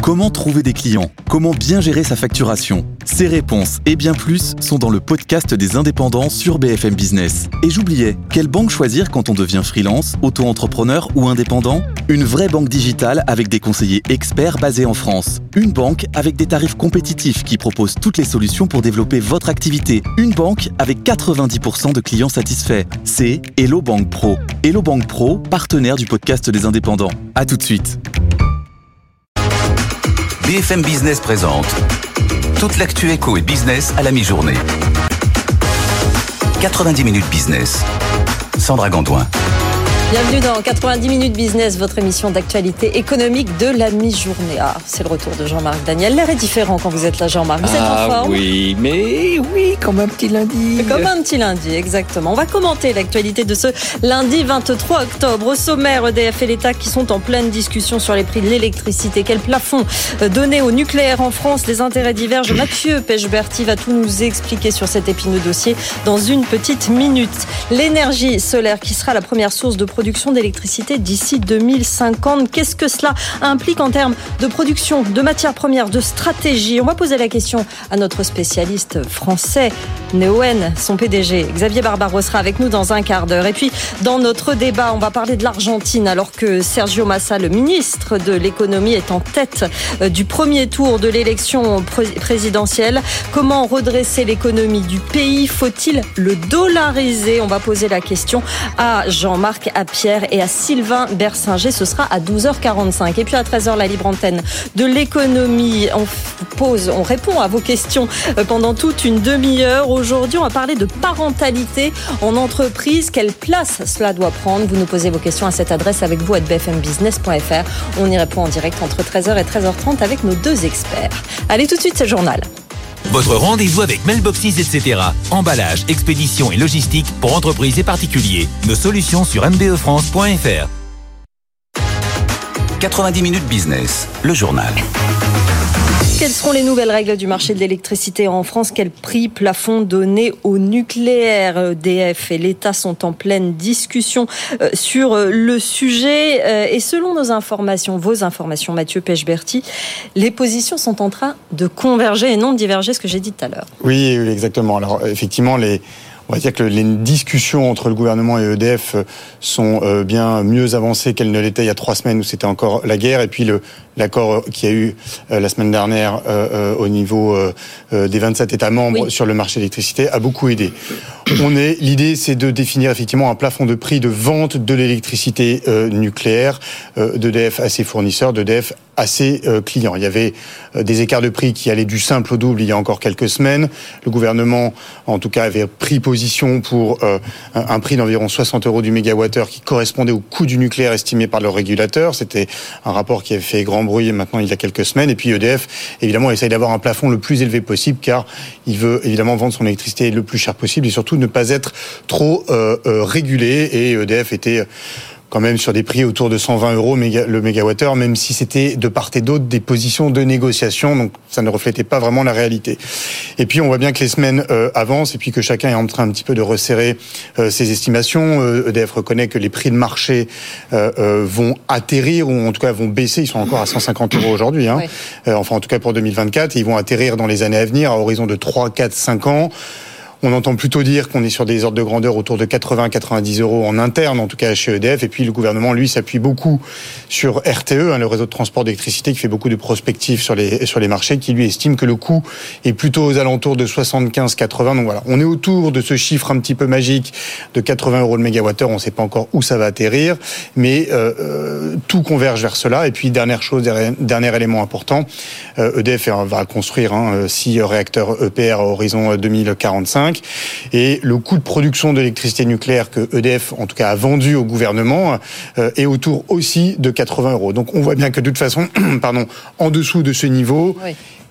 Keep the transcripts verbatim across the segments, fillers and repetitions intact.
Comment trouver des clients ? Comment bien gérer sa facturation ? Ces réponses et bien plus sont dans le podcast des indépendants sur B F M Business. Et j'oubliais, quelle banque choisir quand on devient freelance, auto-entrepreneur ou indépendant ? Une vraie banque digitale avec des conseillers experts basés en France. Une banque avec des tarifs compétitifs qui propose toutes les solutions pour développer votre activité. Une banque avec quatre-vingt-dix pour cent de clients satisfaits. C'est Hello Bank Pro. Hello Bank Pro, partenaire du podcast des indépendants. À tout de suite. B F M Business présente toute l'actu éco et business à la mi-journée. quatre-vingt-dix minutes business. Sandra Gandoin. Bienvenue dans quatre-vingt-dix minutes business, votre émission d'actualité économique de la mi-journée. Ah, c'est le retour de Jean-Marc Daniel. L'air est différent quand vous êtes là, Jean-Marc. Vous êtes ah, en forme ? Oui, mais oui, comme un petit lundi. Comme un petit lundi, exactement. On va commenter l'actualité de ce lundi vingt-trois octobre. Au sommaire, E D F et l'État qui sont en pleine discussion sur les prix de l'électricité. Quel plafond donner au nucléaire en France ? Les intérêts divergent. Mathieu Pechberti va tout nous expliquer sur cet épineux dossier dans une petite minute. L'énergie solaire qui sera la première source de production d'électricité d'ici deux mille cinquante. Qu'est-ce que cela implique en termes de production, de matières premières, de stratégie ? On va poser la question à notre spécialiste français, Neoen, son P D G. Xavier Barbaro sera avec nous dans un quart d'heure. Et puis, dans notre débat, on va parler de l'Argentine, alors que Sergio Massa, le ministre de l'économie, est en tête du premier tour de l'élection présidentielle. Comment redresser l'économie du pays ? Faut-il le dollariser ? On va poser la question à Jean-Marc, à Pierre et à Sylvain Bersinger. Ce sera à douze heures quarante-cinq. Et puis à treize heures, la libre antenne de l'économie. On pose, on répond à vos questions pendant toute une demi-heure. Aujourd'hui, on va parler de parentalité en entreprise. Quelle place cela doit prendre ? Vous nous posez vos questions à cette adresse avec vous à b f m business point f r. On y répond en direct entre treize heures et treize heures trente avec nos deux experts. Allez, tout de suite, c'est le journal. Votre rendez-vous avec Mailboxes, et cetera. Emballage, expédition et logistique pour entreprises et particuliers. Nos solutions sur m b e france point f r. quatre-vingt-dix minutes business, le journal. Quelles seront les nouvelles règles du marché de l'électricité en France ? Quel prix plafond donner au nucléaire ? E D F et l'État sont en pleine discussion sur le sujet. Et selon nos informations, vos informations, Mathieu Pechberti, les positions sont en train de converger et non de diverger, ce que j'ai dit tout à l'heure. Oui, exactement. Alors, effectivement, les... on va dire que les discussions entre le gouvernement et E D F sont bien mieux avancées qu'elles ne l'étaient il y a trois semaines où c'était encore la guerre. Et puis le, l'accord qu'il y a eu la semaine dernière euh, au niveau euh, des vingt-sept États membres oui. sur le marché de l'électricité a beaucoup aidé. On est, l'idée, c'est de définir effectivement un plafond de prix de vente de l'électricité euh, nucléaire euh, d'E D F à ses fournisseurs, d'E D F à ses euh, clients. Il y avait euh, des écarts de prix qui allaient du simple au double il y a encore quelques semaines. Le gouvernement, en tout cas, avait pris position pour euh, un prix d'environ soixante euros du mégawattheure qui correspondait au coût du nucléaire estimé par le régulateur. C'était un rapport qui avait fait grand bruit maintenant il y a quelques semaines. Et puis E D F, évidemment, essaye d'avoir un plafond le plus élevé possible car il veut évidemment vendre son électricité le plus cher possible et surtout ne pas être trop euh, euh, régulé. Et E D F était quand même sur des prix autour de cent vingt euros le mégawattheure, même si c'était de part et d'autre des positions de négociation, donc ça ne reflétait pas vraiment la réalité. Et puis on voit bien que les semaines euh, avancent et puis que chacun est en train un petit peu de resserrer euh, ses estimations. Euh, E D F reconnaît que les prix de marché euh, euh, vont atterrir, ou en tout cas vont baisser, ils sont encore à cent cinquante euros aujourd'hui, hein. Oui. Euh, enfin en tout cas pour deux mille vingt-quatre, et ils vont atterrir dans les années à venir à horizon de trois, quatre, cinq ans. On entend plutôt dire qu'on est sur des ordres de grandeur autour de quatre-vingts à quatre-vingt-dix euros en interne, en tout cas chez E D F. Et puis le gouvernement, lui, s'appuie beaucoup sur R T E, hein, le réseau de transport d'électricité, qui fait beaucoup de prospectives sur les sur les marchés, qui lui estime que le coût est plutôt aux alentours de soixante-quinze à quatre-vingts. Donc voilà, on est autour de ce chiffre un petit peu magique de quatre-vingts euros le mégawattheure. On ne sait pas encore où ça va atterrir, mais euh, euh, tout converge vers cela. Et puis dernière chose, dernier élément important, euh, E D F va construire hein, six réacteurs E P R à horizon deux mille quarante-cinq. Et le coût de production d'électricité nucléaire que E D F, en tout cas, a vendu au gouvernement euh, est autour aussi de quatre-vingts euros. Donc on voit bien que de toute façon, pardon, en dessous de ce niveau, oui.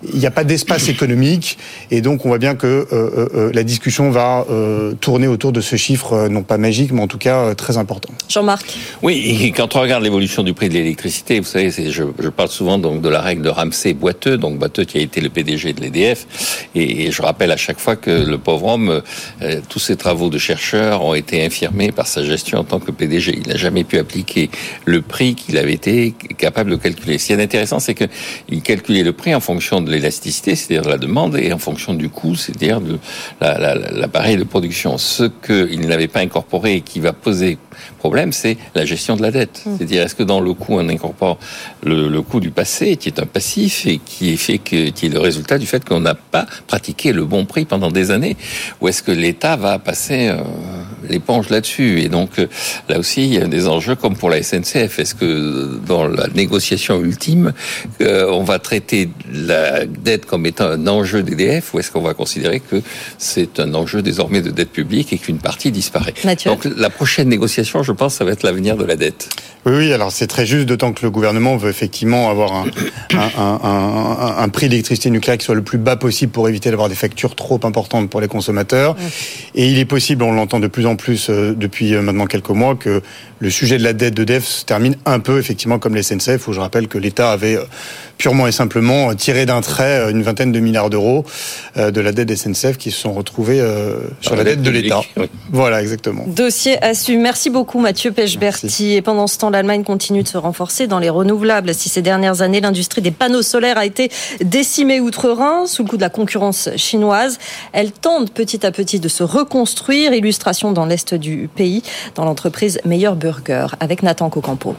il n'y a pas d'espace économique et donc on voit bien que euh, euh, la discussion va euh, tourner autour de ce chiffre, euh, non pas magique, mais en tout cas euh, très important. Jean-Marc. Oui, et quand on regarde l'évolution du prix de l'électricité, vous savez, c'est, je, je parle souvent donc de la règle de Ramsey Boiteux, donc Boiteux qui a été le P D G de l'E D F, et, et je rappelle à chaque fois que le pauvre homme, euh, tous ses travaux de chercheur ont été infirmés par sa gestion en tant que P D G. Il n'a jamais pu appliquer le prix qu'il avait été capable de calculer. Ce qui est intéressant, c'est qu'il calculait le prix en fonction de l'élasticité, c'est-à-dire de la demande, et en fonction du coût, c'est-à-dire de la, la, l'appareil de production. Ce qu'il n'avait pas incorporé et qui va poser problème, c'est la gestion de la dette. Mmh. C'est-à-dire, est-ce que dans le coût, on incorpore le, le coût du passé, qui est un passif et qui est fait que, qui est le résultat du fait qu'on n'a pas pratiqué le bon prix pendant des années, ou est-ce que l'État va passer euh, l'éponge là-dessus? Et donc, euh, là aussi, il y a des enjeux comme pour la S N C F. Est-ce que dans la négociation ultime, euh, on va traiter la dette comme étant un enjeu d'E D F, ou est-ce qu'on va considérer que c'est un enjeu désormais de dette publique et qu'une partie disparaît? Mathieu. Donc, la prochaine négociation, je pense, ça va être l'avenir de la dette. Oui, oui, alors c'est très juste, d'autant que le gouvernement veut effectivement avoir un, un, un, un, un prix d'électricité nucléaire qui soit le plus bas possible pour éviter d'avoir des factures trop importantes pour les consommateurs. Mmh. Et il est possible, on l'entend de plus en plus euh, depuis euh, maintenant quelques mois, que le sujet de la dette d'E D F se termine un peu effectivement comme les S N C F, où je rappelle que l'État avait euh, purement et simplement tiré d'un trait une vingtaine de milliards d'euros euh, de la dette des S N C F qui se sont retrouvés euh, sur la, la dette, dette de l'État. Oui. Voilà, exactement. Dossier à suivre. Merci beaucoup Mathieu Pechberti. Et pendant ce temps, l'Allemagne continue de se renforcer dans les renouvelables. Si ces dernières années, l'industrie des panneaux solaires a été décimée outre-Rhin sous le coup de la concurrence chinoise, elle tente petit à petit de se reconstruire. Illustration dans l'est du pays, dans l'entreprise Meyer Burger, avec Nathan Cocampo.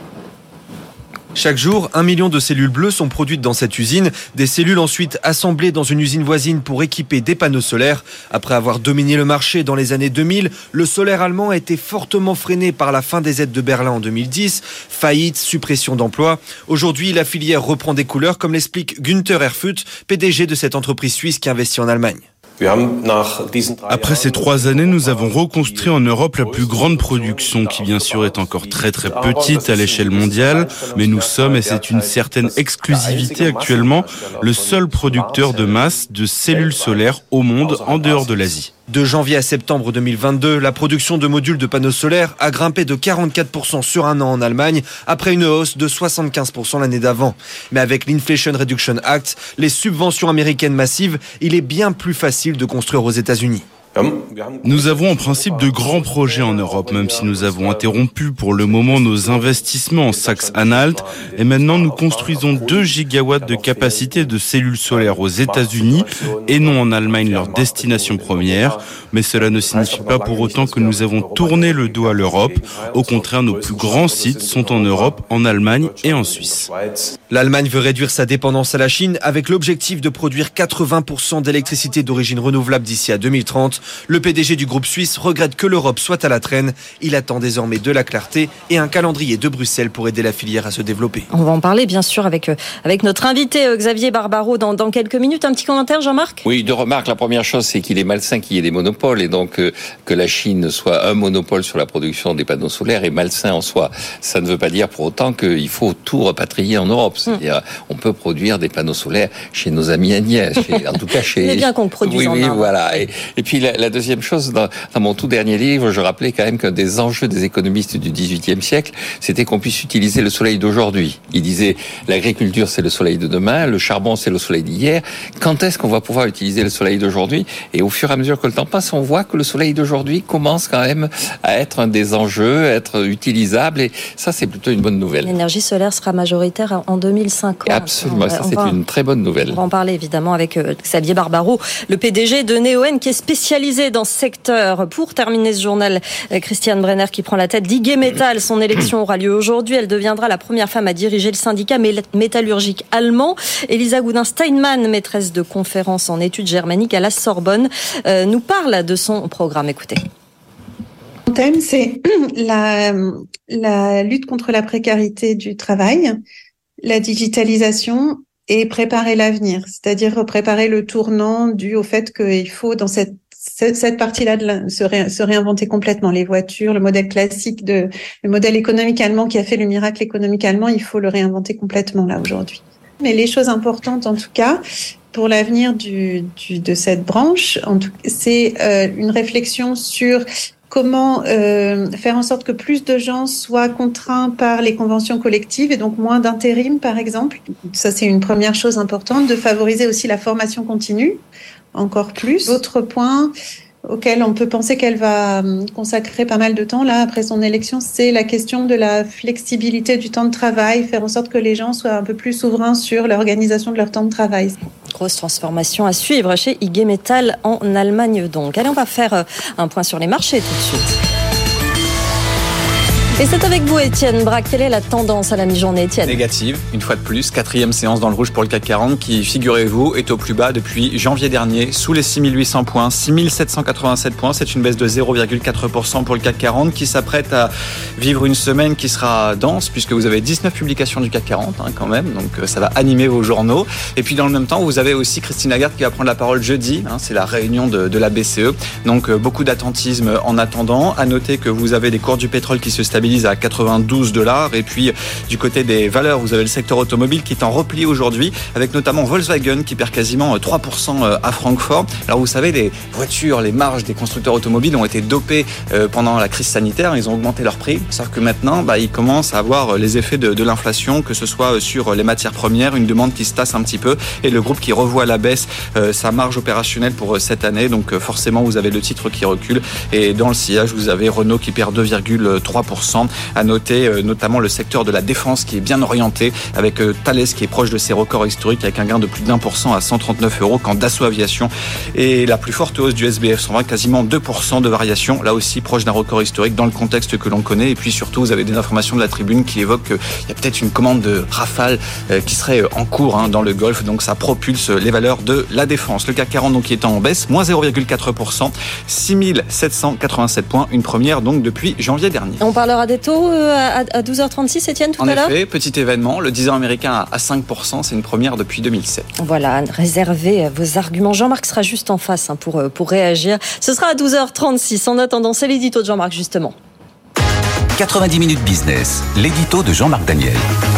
Chaque jour, un million de cellules bleues sont produites dans cette usine. Des cellules ensuite assemblées dans une usine voisine pour équiper des panneaux solaires. Après avoir dominé le marché dans les années deux mille, le solaire allemand a été fortement freiné par la fin des aides de Berlin en deux mille dix. Faillite, suppression d'emplois. Aujourd'hui, la filière reprend des couleurs, comme l'explique Günther Erfurt, P D G de cette entreprise suisse qui investit en Allemagne. Après ces trois années, nous avons reconstruit en Europe la plus grande production qui bien sûr est encore très très petite à l'échelle mondiale, mais nous sommes, et c'est une certaine exclusivité actuellement, le seul producteur de masse de cellules solaires au monde en dehors de l'Asie. De janvier à septembre deux mille vingt-deux, la production de modules de panneaux solaires a grimpé de quarante-quatre pour cent sur un an en Allemagne, après une hausse de soixante-quinze pour cent l'année d'avant. Mais avec l'Inflation Reduction Act, les subventions américaines massives, il est bien plus facile de construire aux États-Unis. Nous avons en principe de grands projets en Europe, même si nous avons interrompu pour le moment nos investissements en Saxe-Anhalt. Et maintenant, nous construisons deux gigawatts de capacité de cellules solaires aux États-Unis et non en Allemagne, leur destination première. Mais cela ne signifie pas pour autant que nous avons tourné le dos à l'Europe. Au contraire, nos plus grands sites sont en Europe, en Allemagne et en Suisse. L'Allemagne veut réduire sa dépendance à la Chine avec l'objectif de produire quatre-vingts pour cent d'électricité d'origine renouvelable d'ici à deux mille trente. Le P D G du groupe suisse regrette que l'Europe soit à la traîne. Il attend désormais de la clarté et un calendrier de Bruxelles pour aider la filière à se développer. On va en parler bien sûr avec, avec notre invité Xavier Barbaro dans, dans quelques minutes. Un petit commentaire, Jean-Marc ? Oui, deux remarques. La première chose, c'est qu'il est malsain qu'il y ait des monopoles et donc euh, que la Chine soit un monopole sur la production des panneaux solaires est malsain en soi. Ça ne veut pas dire pour autant qu'il faut tout repatrier en Europe. C'est-à-dire, on peut produire des panneaux solaires chez nos amis indiens, chez, en tout cas chez... C'est bien qu'on produise oui, en oui, Inde. Voilà. Et, et puis la, la deuxième chose, dans, dans mon tout dernier livre, je rappelais quand même qu'un des enjeux des économistes du dix-huitième siècle, c'était qu'on puisse utiliser le soleil d'aujourd'hui. Il disait, l'agriculture c'est le soleil de demain, le charbon c'est le soleil d'hier. Quand est-ce qu'on va pouvoir utiliser le soleil d'aujourd'hui ? Et au fur et à mesure que le temps passe, on voit que le soleil d'aujourd'hui commence quand même à être un des enjeux, à être utilisable. Et ça, c'est plutôt une bonne nouvelle. L'énergie solaire sera majoritaire en deux mille cinquante. Absolument, ça c'est une très bonne nouvelle. On va en parler évidemment avec Xavier Barbaro, le P D G de Neoen qui est spécialisé dans ce secteur. Pour terminer ce journal, Christiane Brenner qui prend la tête d'I G Metall. Son élection aura lieu aujourd'hui. Elle deviendra la première femme à diriger le syndicat métallurgique allemand. Elisa Goudin-Steinmann, maîtresse de conférences en études germaniques à la Sorbonne, euh, nous parle de son programme. Écoutez. Mon thème, c'est la, la lutte contre la précarité du travail, la digitalisation et préparer l'avenir, c'est-à-dire préparer le tournant dû au fait qu'il faut, dans cette cette partie-là, de la, se, ré, se réinventer complètement. Les voitures, le modèle classique, de le modèle économique allemand qui a fait le miracle économique allemand, il faut le réinventer complètement là aujourd'hui. Mais les choses importantes, en tout cas, pour l'avenir du, du, de cette branche, en tout, c'est euh, une réflexion sur comment euh, faire en sorte que plus de gens soient contraints par les conventions collectives et donc moins d'intérim, par exemple. Ça, c'est une première chose importante, de favoriser aussi la formation continue, encore plus. Autre point auquel on peut penser qu'elle va consacrer pas mal de temps, là, après son élection, c'est la question de la flexibilité du temps de travail, faire en sorte que les gens soient un peu plus souverains sur l'organisation de leur temps de travail. Grosse transformation à suivre chez I G Metall en Allemagne donc. Allez, on va faire un point sur les marchés tout de suite. Et c'est avec vous, Étienne Braque. Quelle est la tendance à la mi-journée, Étienne ? Négative, une fois de plus. Quatrième séance dans le rouge pour le C A C quarante qui, figurez-vous, est au plus bas depuis janvier dernier, sous les six mille huit cents points, six mille sept cent quatre-vingt-sept points. C'est une baisse de zéro virgule quatre pour cent pour le C A C quarante qui s'apprête à vivre une semaine qui sera dense puisque vous avez dix-neuf publications du C A C quarante hein, quand même. Donc ça va animer vos journaux. Et puis dans le même temps, vous avez aussi Christine Lagarde qui va prendre la parole jeudi. Hein, c'est la réunion de, de la B C E. Donc beaucoup d'attentisme en attendant. À noter que vous avez les cours du pétrole qui se stabilisent à quatre-vingt-douze dollars. Et puis, du côté des valeurs, vous avez le secteur automobile qui est en repli aujourd'hui, avec notamment Volkswagen qui perd quasiment trois pour cent à Francfort. Alors, vous savez, les voitures, les marges des constructeurs automobiles ont été dopées pendant la crise sanitaire. Ils ont augmenté leur prix. Sauf que maintenant, bah, ils commencent à avoir les effets de, de l'inflation, que ce soit sur les matières premières, une demande qui se tasse un petit peu, et le groupe qui revoit à la baisse euh, sa marge opérationnelle pour cette année. Donc, euh, forcément, vous avez le titre qui recule. Et dans le sillage, vous avez Renault qui perd deux virgule trois pour cent. À noter euh, notamment le secteur de la défense qui est bien orienté, avec euh, Thales qui est proche de ses records historiques avec un gain de plus d'un pour cent à cent trente-neuf euros, quand Dassault Aviation est la plus forte hausse du S B F cent vingt, quasiment deux pour cent de variation, là aussi proche d'un record historique dans le contexte que l'on connaît. Et puis surtout, vous avez des informations de la tribune qui évoquent qu'il y a peut-être une commande de Rafale euh, qui serait en cours hein, dans le Golfe, donc ça propulse les valeurs de la défense. Le C A C quarante donc qui est en baisse, moins zéro virgule quatre pour cent, six mille sept cent quatre-vingt-sept points, une première donc depuis janvier dernier. On parlera des taux à douze heures trente-six, Étienne, tout en à l'heure. En effet, petit événement, le dix ans américain à cinq pour cent, c'est une première depuis deux mille sept. Voilà, réservez vos arguments. Jean-Marc sera juste en face hein, pour, pour réagir. Ce sera à douze heures trente-six. En attendant, c'est l'édito de Jean-Marc, justement. quatre-vingt-dix minutes business, l'édito de Jean-Marc Daniel.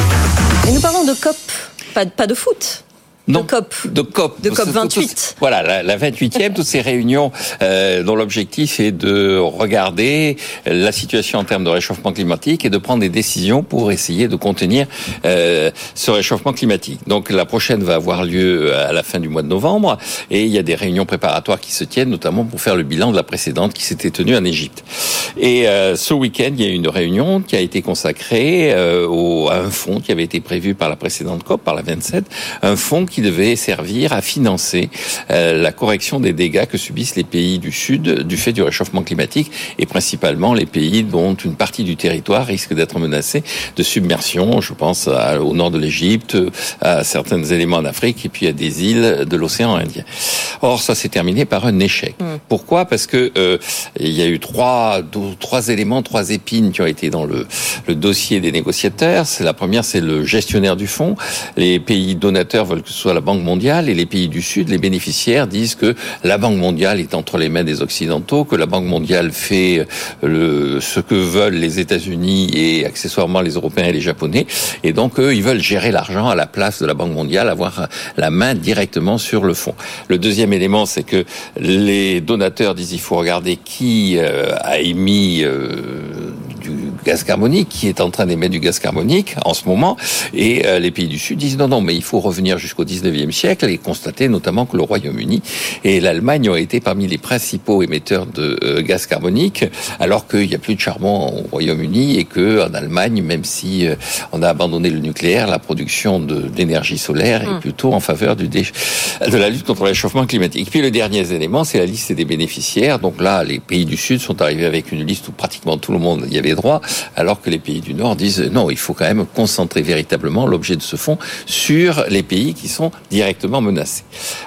Et nous parlons de C O P, pas, pas de foot. Non, de C O P. De C O P. De C O P vingt-huit. Voilà, la, la vingt-huitième, toutes ces réunions euh, dont l'objectif est de regarder la situation en termes de réchauffement climatique et de prendre des décisions pour essayer de contenir euh, ce réchauffement climatique. Donc la prochaine va avoir lieu à la fin du mois de novembre et il y a des réunions préparatoires qui se tiennent, notamment pour faire le bilan de la précédente qui s'était tenue en Égypte. Et euh, ce week-end, il y a une réunion qui a été consacrée euh, au, à un fonds qui avait été prévu par la précédente C O P, par la vingt-sept, un fonds qui devait servir à financer euh, la correction des dégâts que subissent les pays du Sud du fait du réchauffement climatique et principalement les pays dont une partie du territoire risque d'être menacée de submersion. Je pense à, au nord de l'Égypte, à certains éléments en Afrique et puis à des îles de l'océan Indien. Or, ça s'est terminé par un échec. Mmh. Pourquoi ? Parce que euh, il y a eu trois, deux, trois éléments, trois épines qui ont été dans le, le dossier des négociateurs. C'est la première, c'est le gestionnaire du fonds. Les pays donateurs veulent que ce soit la Banque mondiale et les pays du Sud, les bénéficiaires, disent que la Banque mondiale est entre les mains des Occidentaux, que la Banque mondiale fait le, ce que veulent les États-Unis et accessoirement les Européens et les Japonais. Et donc, eux, ils veulent gérer l'argent à la place de la Banque mondiale, avoir la main directement sur le fonds. Le deuxième élément, c'est que les donateurs disent il faut regarder qui euh, a émis euh, du gaz carbonique, qui est en train d'émettre du gaz carbonique en ce moment, et euh, les pays du Sud disent non, non, mais il faut revenir jusqu'au dix-neuvième siècle et constater notamment que le Royaume-Uni et l'Allemagne ont été parmi les principaux émetteurs de euh, gaz carbonique, alors qu'il n'y a plus de charbon au Royaume-Uni et qu'en Allemagne, même si euh, on a abandonné le nucléaire, la production de, d'énergie solaire est mmh. plutôt en faveur du dé... de la lutte contre le réchauffement climatique. Puis le dernier élément, c'est la liste des bénéficiaires. Donc là, les pays du Sud sont arrivés avec une liste où pratiquement tout le monde y avait droit, alors que les pays du Nord disent non, il faut quand même concentrer véritablement l'objet de ce fonds sur les pays qui sont directement menacés.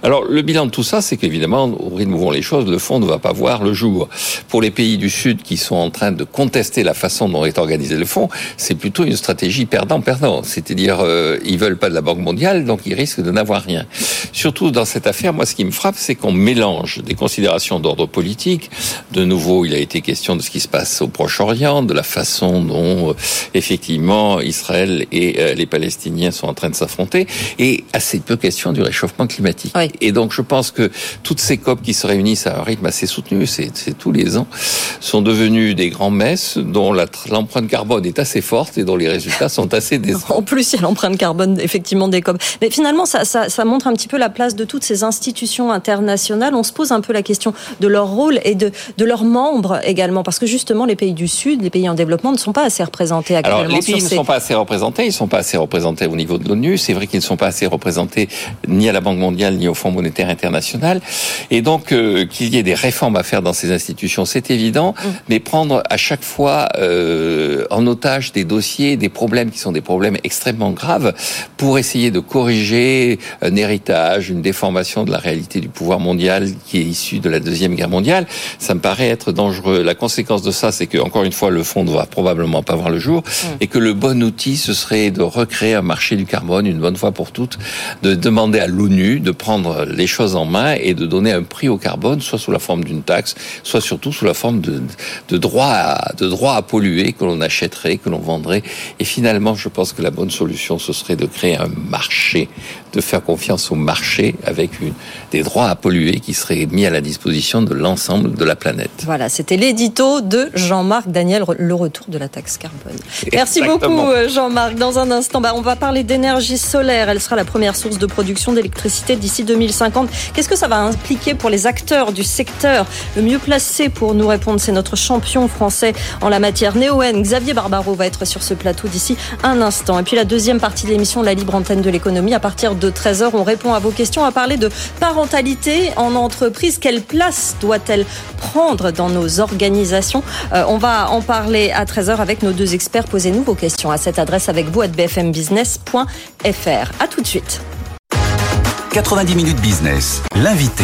Alors, le bilan de tout ça, c'est qu'évidemment, au rythme où vont les choses, le fonds ne va pas voir le jour. Pour les pays du Sud qui sont en train de contester la façon dont est organisé le fonds, c'est plutôt une stratégie perdant-perdant. C'est-à-dire, euh, ils veulent pas de la Banque mondiale, donc ils risquent de n'avoir rien. Surtout dans cette affaire, moi, ce qui me frappe, c'est qu'on mélange des considérations d'ordre politique. De nouveau, il a été question de ce qui se passe au Proche-Orient, de la façon dont, euh, effectivement, Israël et euh, les Palestiniens sont en train de s'affronter, et assez peu question du réchauffement climatique. Oui. Et donc, je pense que toutes ces COP qui se réunissent à un rythme assez soutenu, c'est, c'est tous les ans, sont devenues des grands-messes dont la, l'empreinte carbone est assez forte et dont les résultats sont assez décevants. En plus, il y a l'empreinte carbone, effectivement, des COP. Mais finalement, ça, ça, ça montre un petit peu la place de toutes ces institutions internationales. On se pose un peu la question de leur rôle et de, de leurs membres également, parce que justement, les pays du Sud, les pays en développement ne sont pas assez représentés actuellement. Alors, les pays ne ces... sont pas assez représentés, ils ne sont pas assez représentés au niveau de l'ONU. C'est vrai qu'ils ne sont pas assez représentés ni à la Banque mondiale, ni au Fonds monétaire international. Et donc, euh, qu'il y ait des réformes à faire dans ces institutions, c'est évident, mmh. mais prendre à chaque fois euh, en otage des dossiers, des problèmes qui sont des problèmes extrêmement graves, pour essayer de corriger un héritage, une déformation de la réalité du pouvoir mondial qui est issue de la Deuxième Guerre mondiale, ça me paraît être dangereux. La conséquence de ça, c'est que, encore une fois, le fonds ne va probablement pas voir le jour, mmh. et que le bon outil, ce serait de recréer un marché du carbone, une bonne fois pour toutes, de demander à l'ONU de prendre les choses en main et de donner un prix au carbone, soit sous la forme d'une taxe, soit surtout sous la forme de, de droits à, de droits à polluer que l'on achèterait, que l'on vendrait. Et finalement, je pense que la bonne solution, ce serait de créer un marché, de faire confiance au marché avec une, des droits à polluer qui seraient mis à la disposition de l'ensemble de la planète. Voilà, c'était l'édito de Jean-Marc Daniel, le retour de la taxe carbone. Merci Exactement. beaucoup Jean-Marc. Dans un instant, bah, on va parler d'énergie solaire. Elle sera la première source de production d'électricité d'ici deux mille cinquante. Qu'est-ce que ça va impliquer pour les acteurs du secteur? Le mieux placé pour nous répondre, c'est notre champion français en la matière, Neoen. Xavier Barbaro va être sur ce plateau d'ici un instant. Et puis la deuxième partie de l'émission, la libre antenne de l'économie, à partir de treize heures, on répond à vos questions. On va parler de parentalité en entreprise. Quelle place doit-elle prendre dans nos organisations? euh, On va en parler à treize heures avec nos deux experts. Posez-nous vos questions à cette adresse avec vous, arobase b f m business point f r. À tout de suite. quatre-vingt-dix minutes business, l'invité.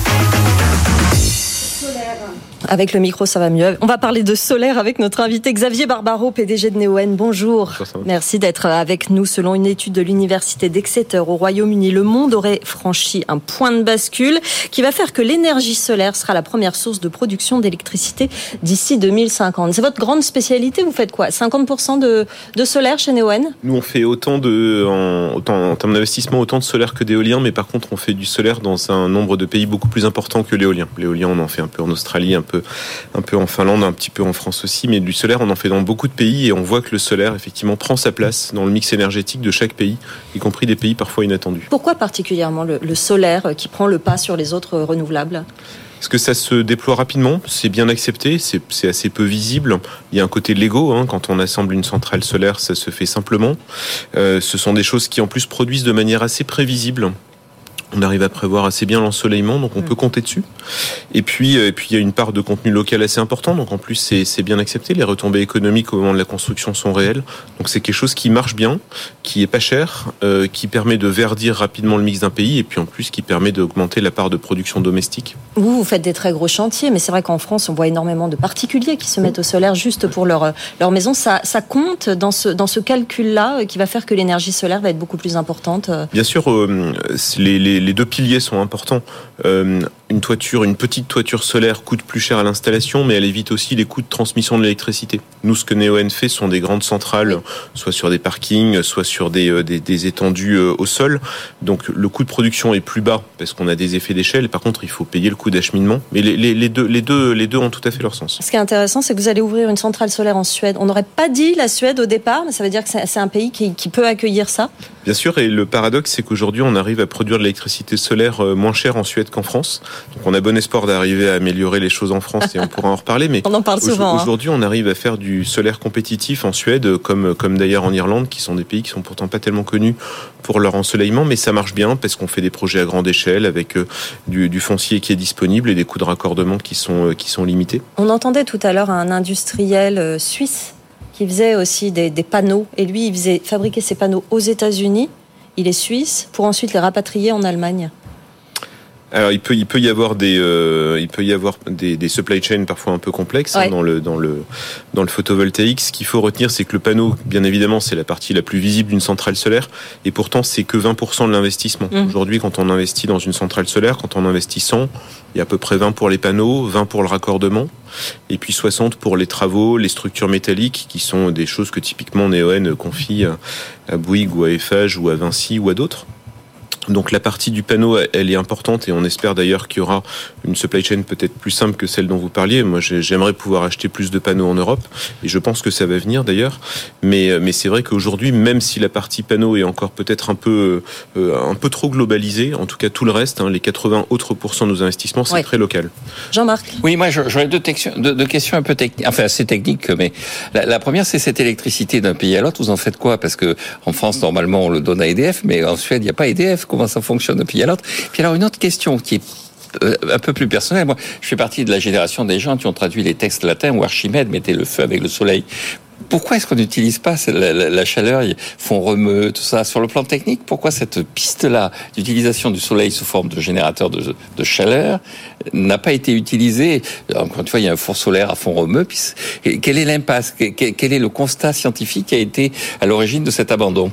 Avec le micro, ça va mieux. On va parler de solaire avec notre invité Xavier Barbaro, P D G de Neoen. Bonjour. Bonjour. Merci d'être avec nous. Selon une étude de l'université d'Exeter au Royaume-Uni, le monde aurait franchi un point de bascule qui va faire que l'énergie solaire sera la première source de production d'électricité d'ici deux mille cinquante. C'est votre grande spécialité. Vous faites quoi? cinquante pour cent de, de solaire chez Neoen? Nous, on fait autant de, en, autant, en termes d'investissement, autant de solaire que d'éolien, mais par contre, on fait du solaire dans un nombre de pays beaucoup plus important que l'éolien. L'éolien, on en fait un peu en Australie, un peu un peu en Finlande, un petit peu en France aussi, mais du solaire, on en fait dans beaucoup de pays et on voit que le solaire, effectivement, prend sa place dans le mix énergétique de chaque pays, y compris des pays parfois inattendus. Pourquoi particulièrement le, le solaire qui prend le pas sur les autres renouvelables ? Parce que ça se déploie rapidement, c'est bien accepté, c'est, c'est assez peu visible. Il y a un côté Lego, hein, quand on assemble une centrale solaire, ça se fait simplement. Euh, ce sont des choses qui en plus produisent de manière assez prévisible. On arrive à prévoir assez bien l'ensoleillement, donc on mmh. peut compter dessus. Et puis, et puis il y a une part de contenu local assez important, donc en plus c'est, c'est bien accepté. Les retombées économiques au moment de la construction sont réelles, donc c'est quelque chose qui marche bien, qui est pas cher, euh, qui permet de verdir rapidement le mix d'un pays, et puis en plus qui permet d'augmenter la part de production domestique. Vous, vous faites des très gros chantiers, mais c'est vrai qu'en France, on voit énormément de particuliers qui se mettent au solaire juste pour leur leur maison. Ça, ça compte dans ce dans ce calcul-là qui va faire que l'énergie solaire va être beaucoup plus importante. Bien sûr, euh, les, les les deux piliers sont importants. Euh, une toiture, une petite toiture solaire coûte plus cher à l'installation, mais elle évite aussi les coûts de transmission de l'électricité. Nous, ce que Neoen fait sont des grandes centrales, soit sur des parkings, soit sur des, des, des étendues au sol. Donc le coût de production est plus bas parce qu'on a des effets d'échelle. Par contre, il faut payer le coût d'acheminement. Mais les, les, les, deux, les, deux, les deux ont tout à fait leur sens. Ce qui est intéressant, c'est que vous allez ouvrir une centrale solaire en Suède. On n'aurait pas dit la Suède au départ, mais ça veut dire que c'est, c'est un pays qui, qui peut accueillir ça. Bien sûr, et le paradoxe, c'est qu'aujourd'hui, on arrive à produire de l'électricité solaire moins chère en Suède qu'en France. Donc on a bon espoir d'arriver à améliorer les choses en France et on pourra en reparler. Mais on en parle souvent. Aujourd'hui, hein. on arrive à faire du solaire compétitif en Suède, comme, comme d'ailleurs en Irlande, qui sont des pays qui sont pourtant pas tellement connus pour leur ensoleillement, mais ça marche bien parce qu'on fait des projets à grande échelle avec euh, du, du foncier qui est disponible et des coûts de raccordement qui sont, euh, qui sont limités. On entendait tout à l'heure un industriel euh, suisse qui faisait aussi des, des panneaux, et lui, il faisait fabriquer ses panneaux aux États-Unis. Il est suisse, pour ensuite les rapatrier en Allemagne. Alors il peut il peut y avoir des euh, il peut y avoir des, des supply chains parfois un peu complexes ouais. hein, dans le dans le dans le photovoltaïque. Ce qu'il faut retenir, c'est que le panneau, bien évidemment, c'est la partie la plus visible d'une centrale solaire, et pourtant c'est que vingt pour cent de l'investissement. Mmh. Aujourd'hui, quand on investit dans une centrale solaire, quand on investit cent, il y a à peu près vingt pour les panneaux, vingt pour le raccordement, et puis soixante pour les travaux, les structures métalliques, qui sont des choses que typiquement Neoen confie à, à Bouygues ou à Eiffage ou à Vinci ou à d'autres. Donc la partie du panneau, elle est importante, et on espère d'ailleurs qu'il y aura une supply chain peut-être plus simple que celle dont vous parliez. Moi, j'aimerais pouvoir acheter plus de panneaux en Europe, et je pense que ça va venir d'ailleurs. Mais mais c'est vrai qu'aujourd'hui, même si la partie panneau est encore peut-être un peu euh, un peu trop globalisée, en tout cas tout le reste, hein, les quatre-vingts autres pourcents de nos investissements, c'est oui. très local. Jean-Marc. Oui, moi j'aurais deux, textions, deux, deux questions un peu techniques, enfin assez techniques, mais la, la première, c'est cette électricité d'un pays à l'autre. Vous en faites quoi? Parce que en France, normalement, on le donne à E D F, mais en Suède, il n'y a pas E D F. Comment ça fonctionne d'un pays à l'autre? Puis alors une autre question qui est un peu plus personnelle. Moi, je fais partie de la génération des gens qui ont traduit les textes latins où Archimède mettait le feu avec le soleil. Pourquoi est-ce qu'on n'utilise pas la, la, la chaleur, fond remue, tout ça, sur le plan technique? Pourquoi cette piste-là d'utilisation du soleil sous forme de générateur de, de chaleur n'a pas été utilisée? Encore une fois, il y a un four solaire à fond remue. Puis, quel est l'impasse? Quel est le constat scientifique qui a été à l'origine de cet abandon?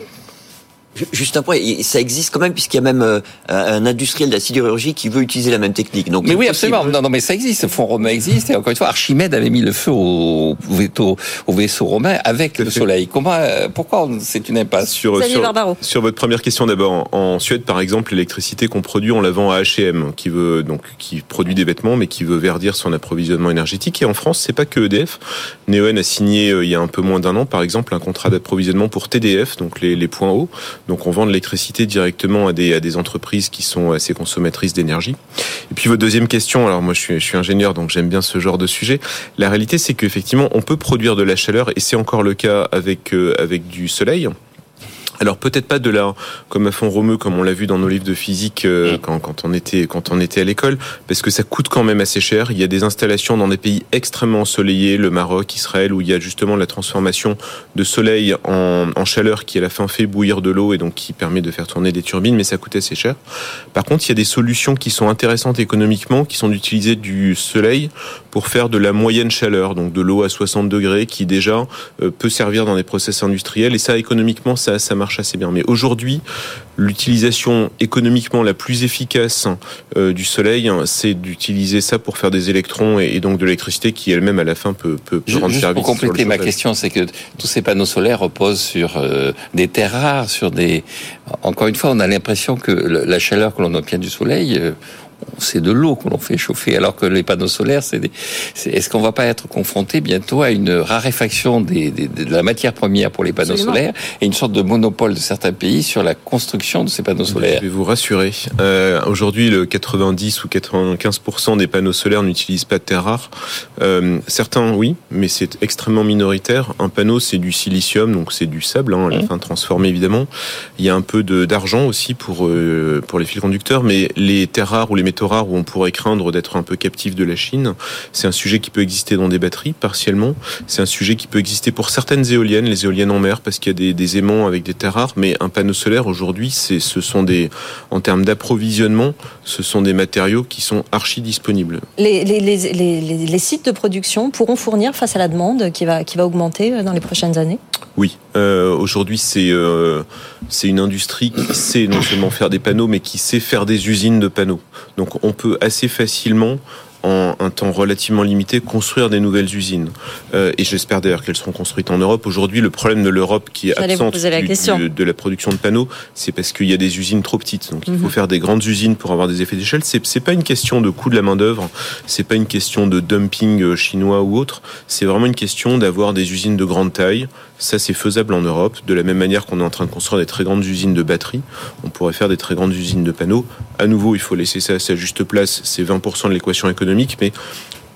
Juste un point, ça existe quand même, puisqu'il y a même euh, un industriel de la sidérurgie qui veut utiliser la même technique. Donc, mais oui, absolument. Non, non, mais ça existe. Le fond romain existe. Et encore une fois, Archimède avait mis le feu au, au, au vaisseau romain avec le soleil. Comment, pourquoi c'est une impasse? Sur, sur, sur votre première question d'abord, en Suède, par exemple, l'électricité qu'on produit, on la vend à H et M, qui veut donc qui produit des vêtements, mais qui veut verdir son approvisionnement énergétique. Et en France, c'est pas que E D F. Neoen a signé euh, il y a un peu moins d'un an, par exemple, un contrat d'approvisionnement pour T D F, donc les, les points hauts. Donc on vend de l'électricité directement à des, à des entreprises qui sont assez consommatrices d'énergie. Et puis votre deuxième question, alors moi je suis, je suis ingénieur, donc j'aime bien ce genre de sujet. La réalité, c'est qu'effectivement on peut produire de la chaleur, et c'est encore le cas avec, euh, avec du soleil. Alors peut-être pas de la comme à fond romeux comme on l'a vu dans nos livres de physique euh, quand, quand on était quand on était à l'école, parce que ça coûte quand même assez cher. Il y a des installations dans des pays extrêmement ensoleillés, le Maroc, Israël, où il y a justement la transformation de soleil en, en chaleur qui à la fin fait bouillir de l'eau et donc qui permet de faire tourner des turbines, mais ça coûte assez cher. Par contre, il y a des solutions qui sont intéressantes économiquement, qui sont d'utiliser du soleil pour faire de la moyenne chaleur, donc de l'eau à soixante degrés, qui déjà euh, peut servir dans des process industriels, et ça économiquement ça ça marche assez bien. Mais aujourd'hui, l'utilisation économiquement la plus efficace euh, du soleil, c'est d'utiliser ça pour faire des électrons et, et donc de l'électricité qui elle-même à la fin peut, peut, peut rendre Juste service. Pour compléter ma question, c'est que tous ces panneaux solaires reposent sur euh, des terres rares, sur des. Encore une fois, on a l'impression que la chaleur que l'on obtient du soleil. Euh, c'est de l'eau que l'on fait chauffer, alors que les panneaux solaires, c'est des... c'est... est-ce qu'on va pas être confronté bientôt à une raréfaction des, des, de la matière première pour les panneaux Absolument. solaires et une sorte de monopole de certains pays sur la construction de ces panneaux solaires? Je vais vous rassurer. Euh, aujourd'hui, le quatre-vingt-dix ou quatre-vingt-quinze pour cent des panneaux solaires n'utilisent pas de terres rares. Euh, certains, oui, mais c'est extrêmement minoritaire. Un panneau, c'est du silicium, donc c'est du sable, hein, à la mmh. fin transformé évidemment. Il y a un peu de, d'argent aussi pour, euh, pour les fils conducteurs, mais les terres rares ou les métaux rares où on pourrait craindre d'être un peu captif de la Chine, c'est un sujet qui peut exister dans des batteries, partiellement. C'est un sujet qui peut exister pour certaines éoliennes, les éoliennes en mer, parce qu'il y a des, des aimants avec des terres rares, mais un panneau solaire, aujourd'hui, c'est, ce sont des, en termes d'approvisionnement, ce sont des matériaux qui sont archi disponibles. Les, les, les, les, les sites de production pourront fournir face à la demande qui va, qui va augmenter dans les prochaines années? Oui, euh, aujourd'hui c'est euh, c'est une industrie qui sait non seulement faire des panneaux, mais qui sait faire des usines de panneaux. Donc on peut assez facilement, en un temps relativement limité, construire des nouvelles usines. Euh, et j'espère d'ailleurs qu'elles seront construites en Europe. Aujourd'hui, le problème de l'Europe qui est J'allais absente du, du, de la production de panneaux, c'est parce qu'il y a des usines trop petites. Donc il faut mm-hmm. faire des grandes usines pour avoir des effets d'échelle. C'est, c'est pas une question de coût de la main-d'œuvre, c'est pas une question de dumping chinois ou autre. C'est vraiment une question d'avoir des usines de grande taille. Ça, c'est faisable en Europe. De la même manière qu'on est en train de construire des très grandes usines de batteries, on pourrait faire des très grandes usines de panneaux. À nouveau, il faut laisser ça à sa juste place. C'est vingt pour cent de l'équation économique, mais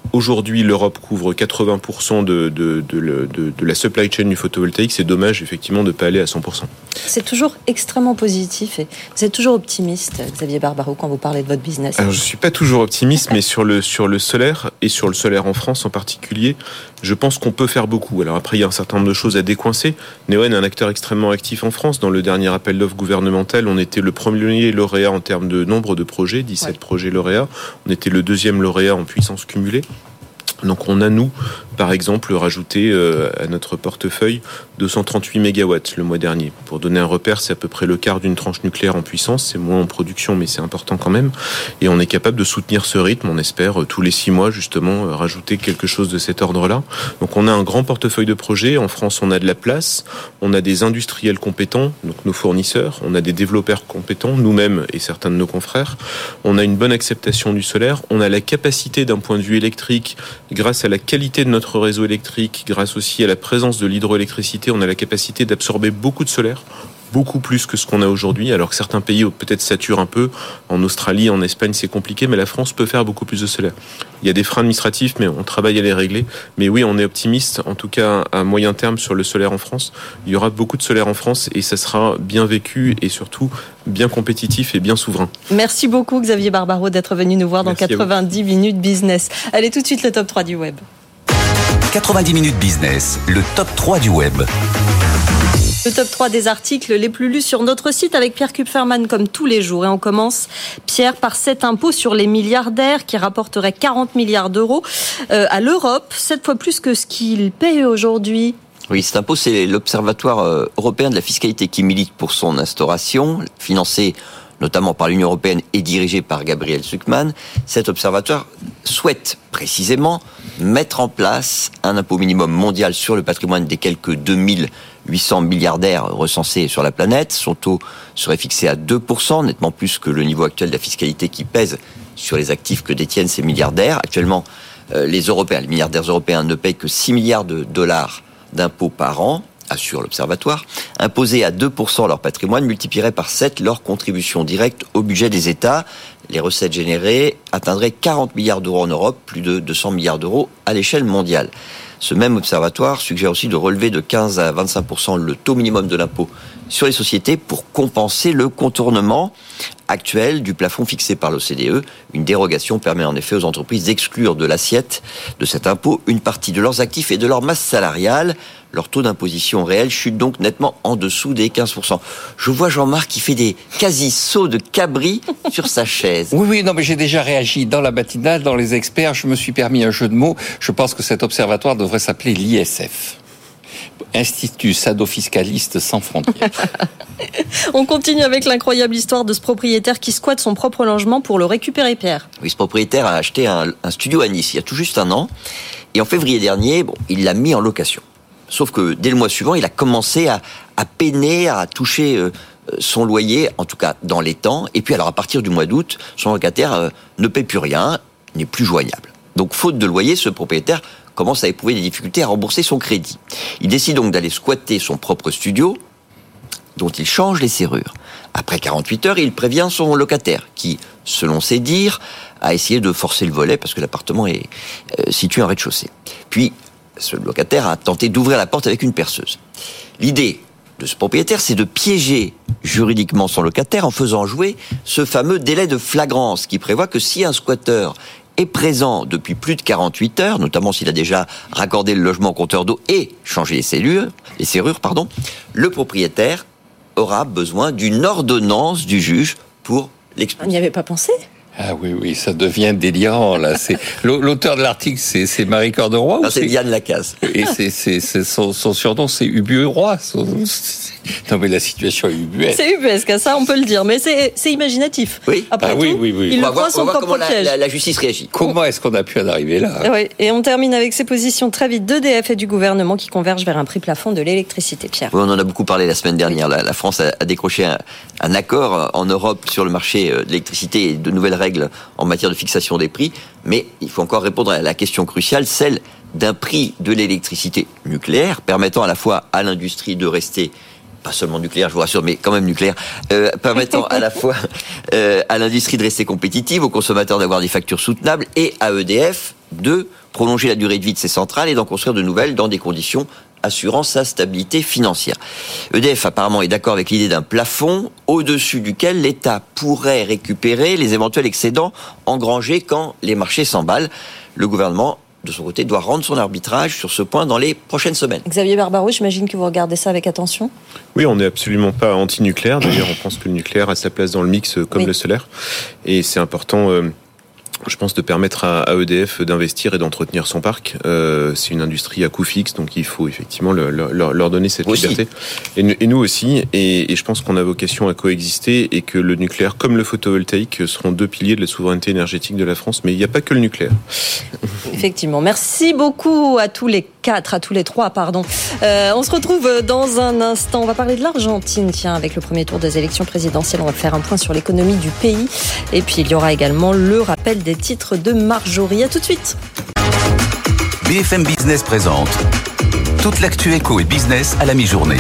Aujourd'hui, l'Europe couvre quatre-vingts pour cent de, de, de, de, de la supply chain du photovoltaïque. C'est dommage, effectivement, de ne pas aller à cent pour cent. C'est toujours extrêmement positif et vous êtes toujours optimiste, Xavier Barbaro, quand vous parlez de votre business. Alors, je ne suis pas toujours optimiste, mais sur le, sur le solaire, et sur le solaire en France en particulier, je pense qu'on peut faire beaucoup. Alors après, il y a un certain nombre de choses à décoincer. Neoen est un acteur extrêmement actif en France. Dans le dernier appel d'offres gouvernemental, on était le premier lauréat en termes de nombre de projets, dix-sept ouais. projets lauréats. On était le deuxième lauréat en puissance cumulée. Donc on a, nous, par exemple, rajouté euh, à notre portefeuille deux cent trente-huit mégawatts le mois dernier. Pour donner un repère, c'est à peu près le quart d'une tranche nucléaire en puissance. C'est moins en production, mais c'est important quand même. Et on est capable de soutenir ce rythme. On espère euh, tous les six mois, justement, euh, rajouter quelque chose de cet ordre-là. Donc on a un grand portefeuille de projets. En France, on a de la place. On a des industriels compétents, donc nos fournisseurs. On a des développeurs compétents, nous-mêmes et certains de nos confrères. On a une bonne acceptation du solaire. On a la capacité, d'un point de vue électrique, grâce à la qualité de notre réseau électrique, grâce aussi à la présence de l'hydroélectricité, on a la capacité d'absorber beaucoup de solaire, beaucoup plus que ce qu'on a aujourd'hui, alors que certains pays peut-être saturent un peu. En Australie, en Espagne, c'est compliqué, mais la France peut faire beaucoup plus de solaire. Il y a des freins administratifs, mais on travaille à les régler. Mais oui, on est optimiste, en tout cas à moyen terme, sur le solaire en France. Il y aura beaucoup de solaire en France et ça sera bien vécu et surtout bien compétitif et bien souverain. Merci beaucoup Xavier Barbaro d'être venu nous voir dans Merci quatre-vingt-dix minutes business. Allez, tout de suite le top trois du web. quatre-vingt-dix minutes business, le top trois du web. Le top trois des articles les plus lus sur notre site avec Pierre Kupferman comme tous les jours. Et on commence, Pierre, par cet impôt sur les milliardaires qui rapporterait quarante milliards d'euros euh, à l'Europe, sept fois plus que ce qu'il paye aujourd'hui. Oui, cet impôt, c'est l'Observatoire européen de la fiscalité qui milite pour son instauration, financé notamment par l'Union européenne et dirigé par Gabriel Zucman. Cet observatoire souhaite précisément mettre en place un impôt minimum mondial sur le patrimoine des quelques deux mille huit cents milliardaires recensés sur la planète. Son taux serait fixé à deux pour cent, nettement plus que le niveau actuel de la fiscalité qui pèse sur les actifs que détiennent ces milliardaires. Actuellement, euh, les Européens, les milliardaires européens ne payent que six milliards de dollars d'impôts par an, assure l'Observatoire. Imposer à deux pour cent leur patrimoine multiplierait par sept leur contribution directe au budget des États. Les recettes générées atteindraient quarante milliards d'euros en Europe, plus de deux cents milliards d'euros à l'échelle mondiale. Ce même observatoire suggère aussi de relever de quinze à vingt-cinq pour cent le taux minimum de l'impôt sur les sociétés pour compenser le contournement actuel du plafond fixé par l'O C D E. Une dérogation permet en effet aux entreprises d'exclure de l'assiette de cet impôt une partie de leurs actifs et de leur masse salariale. Leur taux d'imposition réel chute donc nettement en dessous des quinze pour cent. Je vois Jean-Marc qui fait des quasi-sauts de cabri sur sa chaise. Oui, oui, non, mais j'ai déjà réagi dans la matinale, dans les experts. Je me suis permis un jeu de mots. Je pense que cet observatoire devrait s'appeler l'I S F. Institut Sadofiscaliste sans frontières. On continue avec l'incroyable histoire de ce propriétaire qui squatte son propre logement pour le récupérer, Pierre. Oui, ce propriétaire a acheté un, un studio à Nice il y a tout juste un an. Et en février dernier, bon, il l'a mis en location. Sauf que dès le mois suivant, il a commencé à, à peiner, à toucher euh, son loyer, en tout cas dans les temps. Et puis alors à partir du mois d'août, son locataire euh, ne paie plus rien, n'est plus joignable. Donc faute de loyer, ce propriétaire commence à éprouver des difficultés à rembourser son crédit. Il décide donc d'aller squatter son propre studio, dont il change les serrures. Après quarante-huit heures, il prévient son locataire, qui, selon ses dires, a essayé de forcer le volet parce que l'appartement est euh, situé en rez-de-chaussée. Puis, ce locataire a tenté d'ouvrir la porte avec une perceuse. L'idée de ce propriétaire, c'est de piéger juridiquement son locataire en faisant jouer ce fameux délai de flagrance qui prévoit que si un squatteur est présent depuis plus de quarante-huit heures, notamment s'il a déjà raccordé le logement au compteur d'eau et changé les serrures, les serrures, pardon, le propriétaire aura besoin d'une ordonnance du juge pour l'expulser. On n'y avait pas pensé ? Ah oui, oui, ça devient délirant, là. C'est, l'auteur de l'article, c'est, c'est Marie Cœur-de-Roy? Non, c'est Diane Lacaze. Et c'est, c'est, c'est son, son surnom, c'est Ubu-Roi. Non, mais la situation est ubuesque. C'est ubuesque, ça, on peut le dire. Mais c'est, c'est imaginatif. Oui. Après ah, tout, oui, oui, oui. il on le va voir, son on va voir propre comment piège. La, la, la justice réagit. Comment est-ce qu'on a pu en arriver là? Oui. Et on termine avec ces positions très vite d'E D F et du gouvernement qui convergent vers un prix plafond de l'électricité. Pierre. Oui, on en a beaucoup parlé la semaine dernière. La, la France a, a décroché un, un accord en Europe sur le marché de l'électricité et de nouvelles règles en matière de fixation des prix. Mais il faut encore répondre à la question cruciale, celle d'un prix de l'électricité nucléaire permettant à la fois à l'industrie de rester, pas seulement nucléaire, je vous rassure, mais quand même nucléaire, euh, permettant à la fois euh, à l'industrie de rester compétitive, aux consommateurs d'avoir des factures soutenables et à E D F de prolonger la durée de vie de ces centrales et d'en construire de nouvelles dans des conditions assurant sa stabilité financière. E D F apparemment est d'accord avec l'idée d'un plafond au-dessus duquel l'État pourrait récupérer les éventuels excédents engrangés quand les marchés s'emballent. Le gouvernement, de son côté, doit rendre son arbitrage sur ce point dans les prochaines semaines. Xavier Barbaroux, j'imagine que vous regardez ça avec attention. Oui, on n'est absolument pas anti-nucléaire. D'ailleurs, on pense que le nucléaire a sa place dans le mix comme oui. le solaire. Et c'est important... Euh, je pense de permettre à E D F d'investir et d'entretenir son parc. Euh, c'est une industrie à coût fixe, donc il faut effectivement leur, leur, leur donner cette aussi. liberté. Et, et nous aussi. Et, et je pense qu'on a vocation à coexister et que le nucléaire, comme le photovoltaïque, seront deux piliers de la souveraineté énergétique de la France. Mais il n'y a pas que le nucléaire. Effectivement. Merci beaucoup à tous les quatre, à tous les trois, pardon. Euh, on se retrouve dans un instant. On va parler de l'Argentine, tiens, avec le premier tour des élections présidentielles. On va faire un point sur l'économie du pays. Et puis, il y aura également le rappel des titres de Marjorie. À tout de suite. B F M Business présente toute l'actu éco et business à la mi-journée.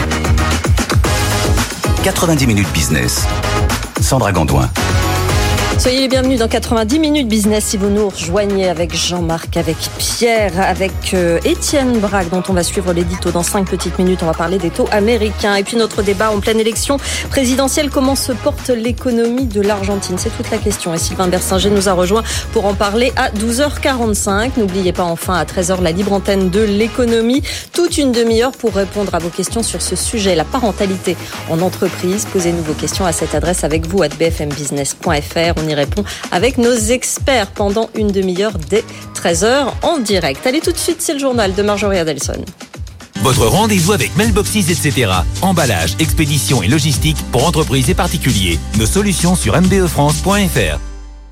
quatre-vingt-dix minutes business. Sandra Gandoin. Soyez les bienvenus dans quatre-vingt-dix minutes business si vous nous rejoignez avec Jean-Marc, avec Pierre, avec euh, Étienne Braque dont on va suivre l'édito dans cinq petites minutes. On va parler des taux américains. Et puis notre débat en pleine élection présidentielle. Comment se porte l'économie de l'Argentine? C'est toute la question. Et Sylvain Bersinger nous a rejoint pour en parler à douze heures quarante-cinq. N'oubliez pas enfin à treize heures la libre antenne de l'économie. Toute une demi-heure pour répondre à vos questions sur ce sujet. La parentalité en entreprise. Posez-nous vos questions à cette adresse avec vous à b f m business point f r. On y répond avec nos experts pendant une demi-heure dès treize heures en direct. Allez, tout de suite, c'est le journal de Marjorie Adelson. Votre rendez-vous avec Mailboxes, et cetera. Emballage, expédition et logistique pour entreprises et particuliers. Nos solutions sur m b e france point f r.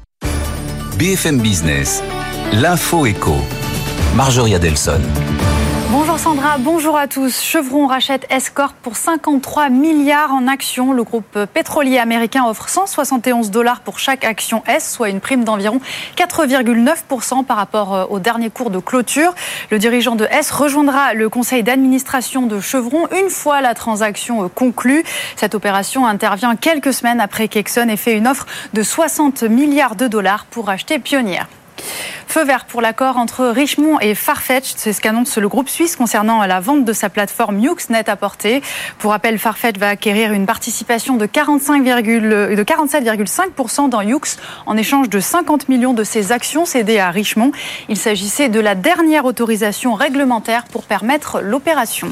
B F M Business, l'info éco. Marjorie Adelson. Bonjour Sandra, bonjour à tous. Chevron rachète S-Corp pour cinquante-trois milliards en actions. Le groupe pétrolier américain offre cent soixante et onze dollars pour chaque action S, soit une prime d'environ quatre virgule neuf pour cent par rapport au dernier cours de clôture. Le dirigeant de S rejoindra le conseil d'administration de Chevron une fois la transaction conclue. Cette opération intervient quelques semaines après qu'Exxon ait fait une offre de soixante milliards de dollars pour acheter Pioneer. Feu vert pour l'accord entre Richemont et Farfetch, c'est ce qu'annonce le groupe suisse concernant la vente de sa plateforme Yoox Net-à-Porter. Pour rappel, Farfetch va acquérir une participation de, quarante-cinq, de quarante-sept virgule cinq pour cent dans Yoox en échange de cinquante millions de ses actions cédées à Richemont. Il s'agissait de la dernière autorisation réglementaire pour permettre l'opération.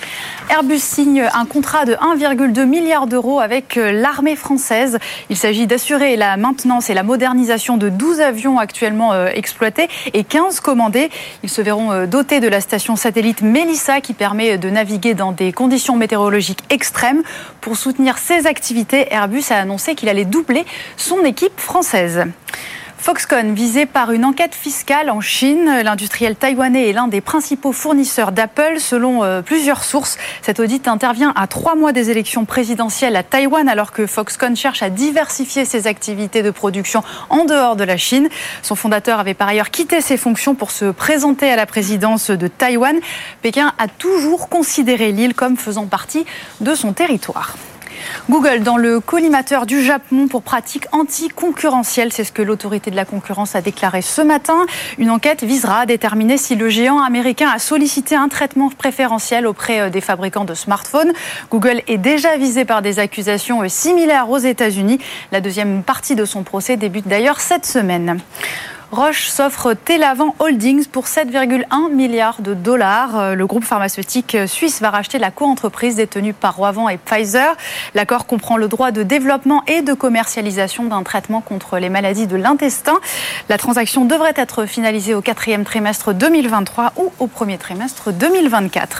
Airbus signe un contrat de un virgule deux milliard d'euros avec l'armée française. Il s'agit d'assurer la maintenance et la modernisation de douze avions actuellement exploités et quinze commandés. Ils se verront dotés de la station satellite Melissa qui permet de naviguer dans des conditions météorologiques extrêmes. Pour soutenir ces activités, Airbus a annoncé qu'il allait doubler son équipe française. Foxconn, visé par une enquête fiscale en Chine. L'industriel taïwanais est l'un des principaux fournisseurs d'Apple, selon euh, plusieurs sources. Cet audit intervient à trois mois des élections présidentielles à Taïwan, alors que Foxconn cherche à diversifier ses activités de production en dehors de la Chine. Son fondateur avait par ailleurs quitté ses fonctions pour se présenter à la présidence de Taïwan. Pékin a toujours considéré l'île comme faisant partie de son territoire. Google dans le collimateur du Japon pour pratiques anticoncurrentielles. C'est ce que l'autorité de la concurrence a déclaré ce matin. Une enquête visera à déterminer si le géant américain a sollicité un traitement préférentiel auprès des fabricants de smartphones. Google est déjà visé par des accusations similaires aux États-Unis. La deuxième partie de son procès débute d'ailleurs cette semaine. Roche s'offre Telavant Holdings pour sept virgule un milliards de dollars. Le groupe pharmaceutique suisse va racheter la coentreprise détenue par Roivant et Pfizer. L'accord comprend le droit de développement et de commercialisation d'un traitement contre les maladies de l'intestin. La transaction devrait être finalisée au quatrième trimestre deux mille vingt-trois ou au premier trimestre deux mille vingt-quatre.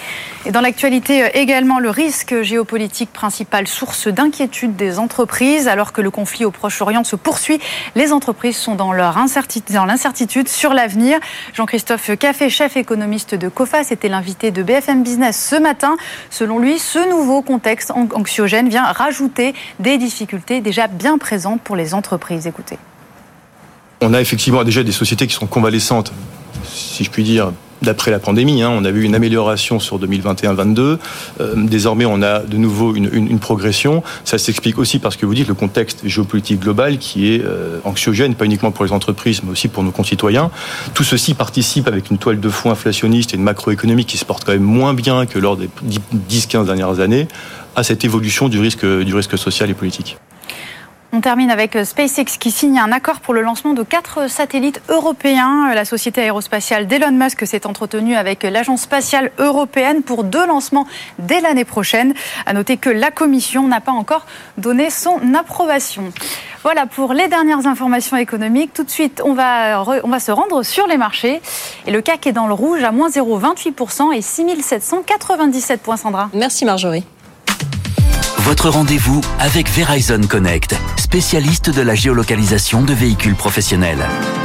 Et dans l'actualité également, le risque géopolitique, principale source d'inquiétude des entreprises. Alors que le conflit au Proche-Orient se poursuit, les entreprises sont dans, leur incertitude, dans l'incertitude sur l'avenir. Jean-Christophe Caffé, chef économiste de Coface, était l'invité de B F M Business ce matin. Selon lui, ce nouveau contexte anxiogène vient rajouter des difficultés déjà bien présentes pour les entreprises. Écoutez. On a effectivement déjà des sociétés qui sont convalescentes, si je puis dire, d'après la pandémie. Hein. On a vu une amélioration sur deux mille vingt et un vingt-deux. Euh, désormais, on a de nouveau une, une, une progression. Ça s'explique aussi parce que vous dites le contexte géopolitique global qui est euh, anxiogène, pas uniquement pour les entreprises, mais aussi pour nos concitoyens. Tout ceci participe avec une toile de fond inflationniste et une macroéconomie qui se porte quand même moins bien que lors des dix quinze dernières années à cette évolution du risque, du risque social et politique. On termine avec SpaceX qui signe un accord pour le lancement de quatre satellites européens. La société aérospatiale d'Elon Musk s'est entretenue avec l'Agence spatiale européenne pour deux lancements dès l'année prochaine. À noter que la Commission n'a pas encore donné son approbation. Voilà pour les dernières informations économiques. Tout de suite, on va, re, on va se rendre sur les marchés. Et le C A C est dans le rouge à moins zéro virgule vingt-huit pour cent et six mille sept cent quatre-vingt-dix-sept points, Sandra. Merci Marjorie. Votre rendez-vous avec Verizon Connect, spécialiste de la géolocalisation de véhicules professionnels.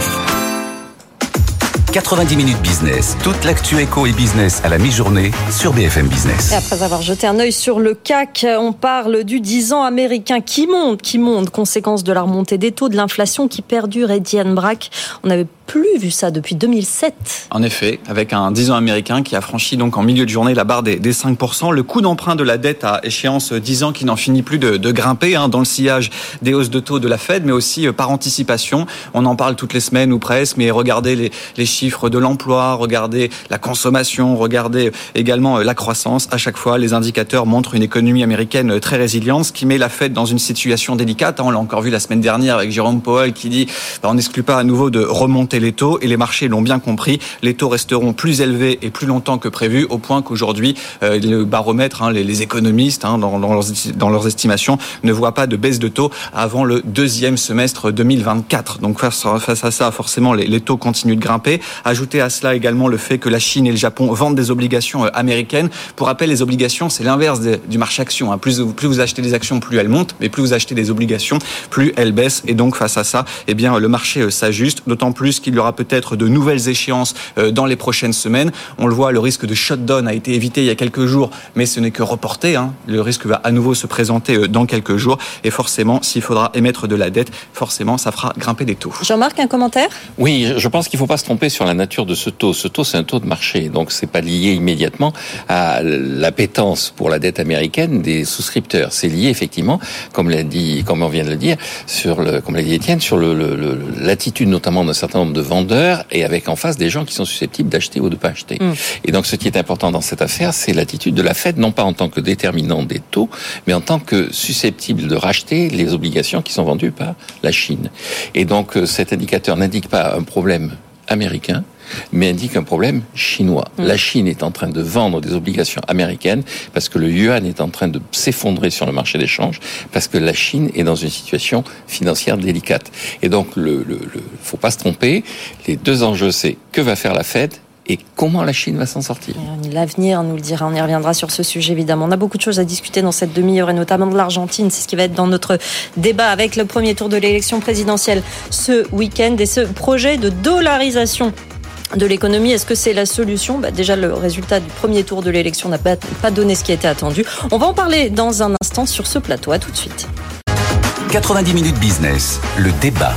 quatre-vingt-dix minutes business, toute l'actu éco et business à la mi-journée sur B F M Business. Et après avoir jeté un œil sur le C A C, on parle du dix ans américain qui monte, qui monte, conséquence de la remontée des taux, de l'inflation qui perdure. Étienne Braque, on n'avait plus vu ça depuis deux mille sept. En effet, avec un dix ans américain qui a franchi donc en milieu de journée la barre des, des cinq pour cent. Le coût d'emprunt de la dette à échéance dix ans qui n'en finit plus de, de grimper hein, dans le sillage des hausses de taux de la Fed, mais aussi euh, par anticipation. On en parle toutes les semaines ou presque, mais regardez les, les chiffres de l'emploi, regardez la consommation, regardez également euh, la croissance. À chaque fois, les indicateurs montrent une économie américaine très résiliente, ce qui met la Fed dans une situation délicate. On l'a encore vu la semaine dernière avec Jérôme Powell qui dit bah, on n'exclut pas à nouveau de remonter les taux, et les marchés l'ont bien compris. Les taux resteront plus élevés et plus longtemps que prévu, au point qu'aujourd'hui, euh, le baromètre, hein, les, les économistes, hein, dans, dans, leurs, dans leurs estimations, ne voient pas de baisse de taux avant le deuxième semestre deux mille vingt-quatre. Donc face, face à ça, forcément, les, les taux continuent de grimper. Ajoutez à cela également le fait que la Chine et le Japon vendent des obligations euh, américaines. Pour rappel, les obligations, c'est l'inverse de, du marché action. Hein. Plus, plus vous achetez des actions, plus elles montent, mais plus vous achetez des obligations, plus elles baissent. Et donc face à ça, eh bien, le marché euh, s'ajuste, d'autant plus qu'il y aura peut-être de nouvelles échéances dans les prochaines semaines. On le voit, le risque de shutdown a été évité il y a quelques jours, mais ce n'est que reporté. Hein. Le risque va à nouveau se présenter dans quelques jours. Et forcément, s'il faudra émettre de la dette, forcément, ça fera grimper des taux. Jean-Marc, un commentaire ? Oui, je pense qu'il ne faut pas se tromper sur la nature de ce taux. Ce taux, c'est un taux de marché. Donc, c'est pas lié immédiatement à l'appétence pour la dette américaine des souscripteurs. C'est lié, effectivement, comme l'a dit, comme on vient de le dire, sur le, comme l'a dit Étienne, sur le, le, le, l'attitude notamment d'un certain nombre de vendeurs et avec en face des gens qui sont susceptibles d'acheter ou de ne pas acheter. Mmh. Et donc, ce qui est important dans cette affaire, c'est l'attitude de la Fed, non pas en tant que déterminant des taux, mais en tant que susceptible de racheter les obligations qui sont vendues par la Chine. Et donc, cet indicateur n'indique pas un problème américain, mais indique un problème chinois. Mmh. La Chine est en train de vendre des obligations américaines parce que le yuan est en train de s'effondrer sur le marché d'échange, parce que la Chine est dans une situation financière délicate. Et donc, le, le, le faut pas se tromper. Les deux enjeux, c'est que va faire la Fed et comment la Chine va s'en sortir. L'avenir nous le dira, on y reviendra sur ce sujet évidemment. On a beaucoup de choses à discuter dans cette demi-heure et notamment de l'Argentine. C'est ce qui va être dans notre débat avec le premier tour de l'élection présidentielle ce week-end et ce projet de dollarisation de l'économie. Est-ce que c'est la solution ? Bah déjà, le résultat du premier tour de l'élection n'a pas, pas donné ce qui était attendu. On va en parler dans un instant sur ce plateau. À tout de suite. quatre-vingt-dix minutes business, le débat.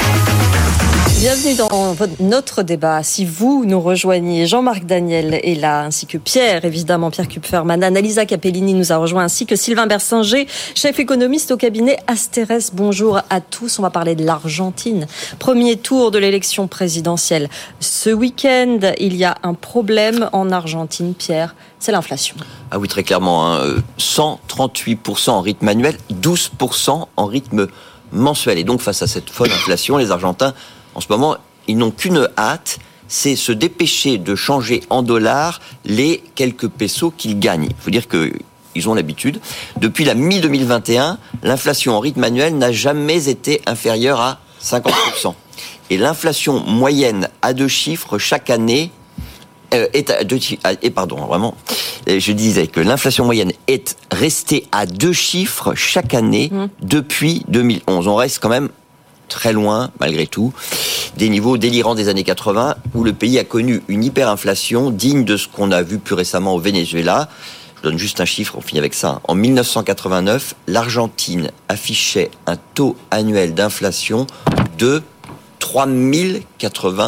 Bienvenue dans votre, notre débat. Si vous nous rejoignez, Jean-Marc Daniel est là, ainsi que Pierre, évidemment, Pierre Kupferman. Annalisa Capellini nous a rejoint, ainsi que Sylvain Bersinger, chef économiste au cabinet Asterès. Bonjour à tous. On va parler de l'Argentine. Premier tour de l'élection présidentielle. Ce week-end, il y a un problème en Argentine, Pierre. C'est l'inflation. Ah oui, très clairement. Hein. cent trente-huit pour cent en rythme annuel, douze pour cent en rythme mensuel. Et donc, face à cette folle inflation, les Argentins, en ce moment, ils n'ont qu'une hâte, c'est se dépêcher de changer en dollars les quelques pesos qu'ils gagnent. Il faut dire qu'ils ont l'habitude. Depuis la mi-deux mille vingt et un, l'inflation en rythme annuel n'a jamais été inférieure à cinquante pour cent. Et l'inflation moyenne à deux chiffres chaque année euh, est à deux chiffres. Et pardon, vraiment, je disais que l'inflation moyenne est restée à deux chiffres chaque année mmh. depuis deux mille onze. On reste quand même très loin, malgré tout, des niveaux délirants des années quatre-vingts, où le pays a connu une hyperinflation digne de ce qu'on a vu plus récemment au Venezuela. Je donne juste un chiffre, on finit avec ça. En dix-neuf cent quatre-vingt-neuf, l'Argentine affichait un taux annuel d'inflation de trois mille quatre-vingts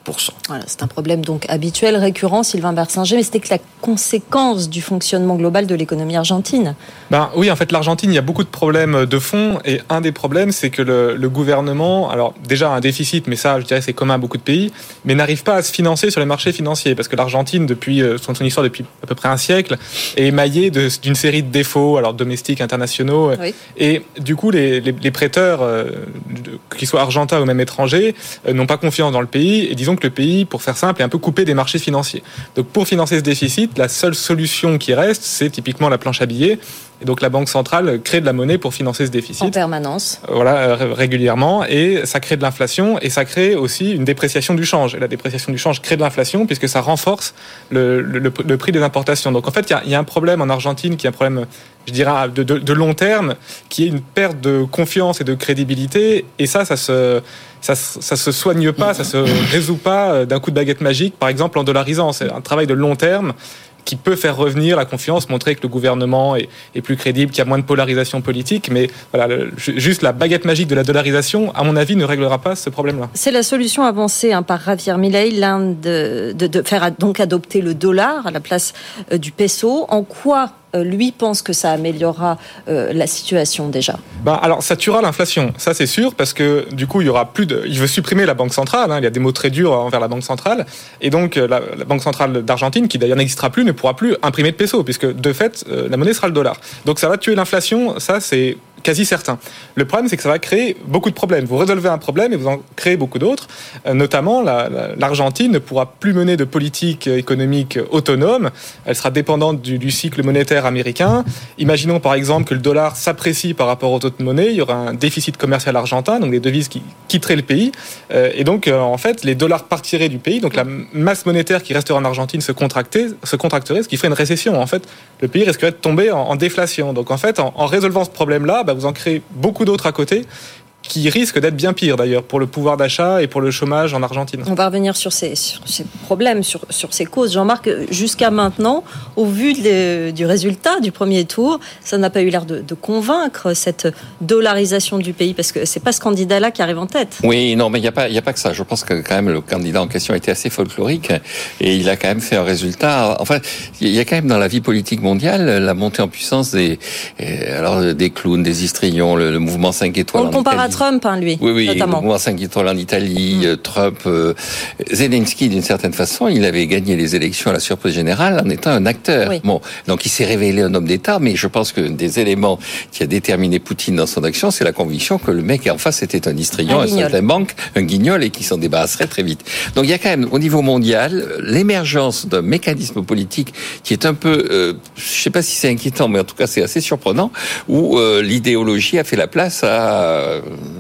pour cent. Voilà, c'est un problème donc habituel, récurrent, Sylvain Bersinger, mais c'était que la conséquence du fonctionnement global de l'économie argentine. Ben oui, en fait, l'Argentine, il y a beaucoup de problèmes de fond, et un des problèmes, c'est que le, le gouvernement, alors déjà un déficit, mais ça, je dirais, c'est commun à beaucoup de pays, mais n'arrive pas à se financer sur les marchés financiers, parce que l'Argentine, depuis son, son histoire depuis à peu près un siècle, est émaillée de, d'une série de défauts, alors domestiques, internationaux, oui. Et du coup, les, les, les prêteurs, euh, qu'ils soient argentins ou même étrangers, euh, n'ont pas confiance dans le pays, et disons que le pays, pour faire simple, est un peu coupé des marchés financiers. Donc pour financer ce déficit, la seule solution qui reste, c'est typiquement la planche à billets. Et donc la Banque centrale crée de la monnaie pour financer ce déficit. En permanence. Voilà, régulièrement. Et ça crée de l'inflation et ça crée aussi une dépréciation du change. Et la dépréciation du change crée de l'inflation puisque ça renforce le, le, le prix des importations. Donc en fait, il y a, y a un problème en Argentine qui est un problème, je dirais, de, de, de long terme, qui est une perte de confiance et de crédibilité. Et ça, ça se... Ça, ça se soigne pas, ça se résout pas d'un coup de baguette magique, par exemple en dollarisant. C'est un travail de long terme qui peut faire revenir la confiance, montrer que le gouvernement est, est plus crédible, qu'il y a moins de polarisation politique. Mais voilà, le, juste la baguette magique de la dollarisation, à mon avis, ne réglera pas ce problème-là. C'est la solution avancée hein, par Javier Milei, l'Inde, de, de, de faire donc adopter le dollar à la place euh, du peso. En quoi lui pense que ça améliorera euh, la situation déjà? Ben, alors ça tuera l'inflation, ça c'est sûr, parce que du coup il y aura plus de, il veut supprimer la Banque centrale, hein, il y a des mots très durs envers la Banque centrale, et donc la, la Banque centrale d'Argentine, qui d'ailleurs n'existera plus, ne pourra plus imprimer de pesos, puisque de fait euh, la monnaie sera le dollar. Donc ça va tuer l'inflation, ça c'est quasi certain. Le problème, c'est que ça va créer beaucoup de problèmes. Vous résolvez un problème et vous en créez beaucoup d'autres. Euh, notamment, la, la, l'Argentine ne pourra plus mener de politique économique autonome. Elle sera dépendante du, du cycle monétaire américain. Imaginons par exemple que le dollar s'apprécie par rapport aux autres monnaies. Il y aura un déficit commercial argentin, donc des devises qui quitteraient le pays. Euh, et donc, euh, en fait, les dollars partiraient du pays. Donc la masse monétaire qui resterait en Argentine se contracterait, se contracterait, ce qui ferait une récession. En fait, le pays risquerait de tomber en, en déflation. Donc en fait, en, en résolvant ce problème-là, bah, vous en créez beaucoup d'autres à côté qui risquent d'être bien pires d'ailleurs pour le pouvoir d'achat et pour le chômage en Argentine. On va revenir sur ces, sur ces problèmes, sur, sur ces causes. Jean-Marc, jusqu'à maintenant, au vu de, du résultat du premier tour, ça n'a pas eu l'air de, de convaincre cette dollarisation du pays, parce que c'est pas ce candidat-là qui arrive en tête. Oui, non, mais il n'y a pas, il y a pas que ça. Je pense que quand même le candidat en question était assez folklorique et il a quand même fait un résultat. Enfin, il y a quand même dans la vie politique mondiale la montée en puissance des, alors des clowns, des histrions, le, le mouvement cinq étoiles. On le compare à Trump, hein, lui, oui, oui, notamment. Le mouvement cinq étoiles en Italie, mmh. Trump, euh, Zelensky, d'une certaine façon, il avait gagné les élections à la surprise générale en étant un acteur. Oui. Bon, donc il s'est révélé un homme d'État, mais je pense que des éléments qui a déterminé Poutine dans son action, c'est la conviction que le mec en face était un histrion, un, un saltimbanque, un guignol, et qui s'en débarrasserait très vite. Donc il y a quand même, au niveau mondial, l'émergence d'un mécanisme politique qui est un peu, euh, je ne sais pas si c'est inquiétant, mais en tout cas c'est assez surprenant, où euh, l'idéologie a fait la place à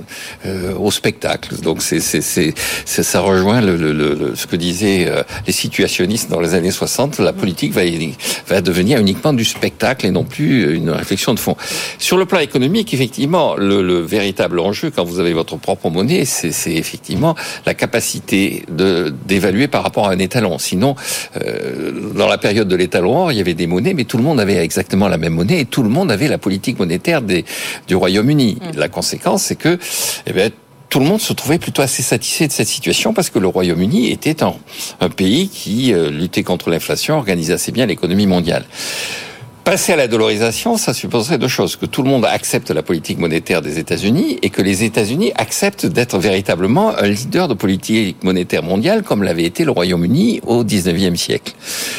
Euh, au spectacle. Donc c'est, c'est, c'est, c'est ça rejoint le, le, le, ce que disaient euh, les situationnistes dans les années soixante. La politique va, va devenir uniquement du spectacle et non plus une réflexion de fond. Sur le plan économique, effectivement, le, le véritable enjeu quand vous avez votre propre monnaie, c'est, c'est effectivement la capacité de, d'évaluer par rapport à un étalon. Sinon, euh, dans la période de l'étalon or, il y avait des monnaies, mais tout le monde avait exactement la même monnaie et tout le monde avait la politique monétaire des, du Royaume-Uni. Mmh. La conséquence, c'est que eh bien, tout le monde se trouvait plutôt assez satisfait de cette situation parce que le Royaume-Uni était un, un pays qui euh, luttait contre l'inflation, organisait assez bien l'économie mondiale. Passer à la dollarisation, ça supposerait deux choses. Que tout le monde accepte la politique monétaire des États-Unis et que les États-Unis acceptent d'être véritablement un leader de politique monétaire mondiale comme l'avait été le Royaume-Uni au dix-neuvième siècle.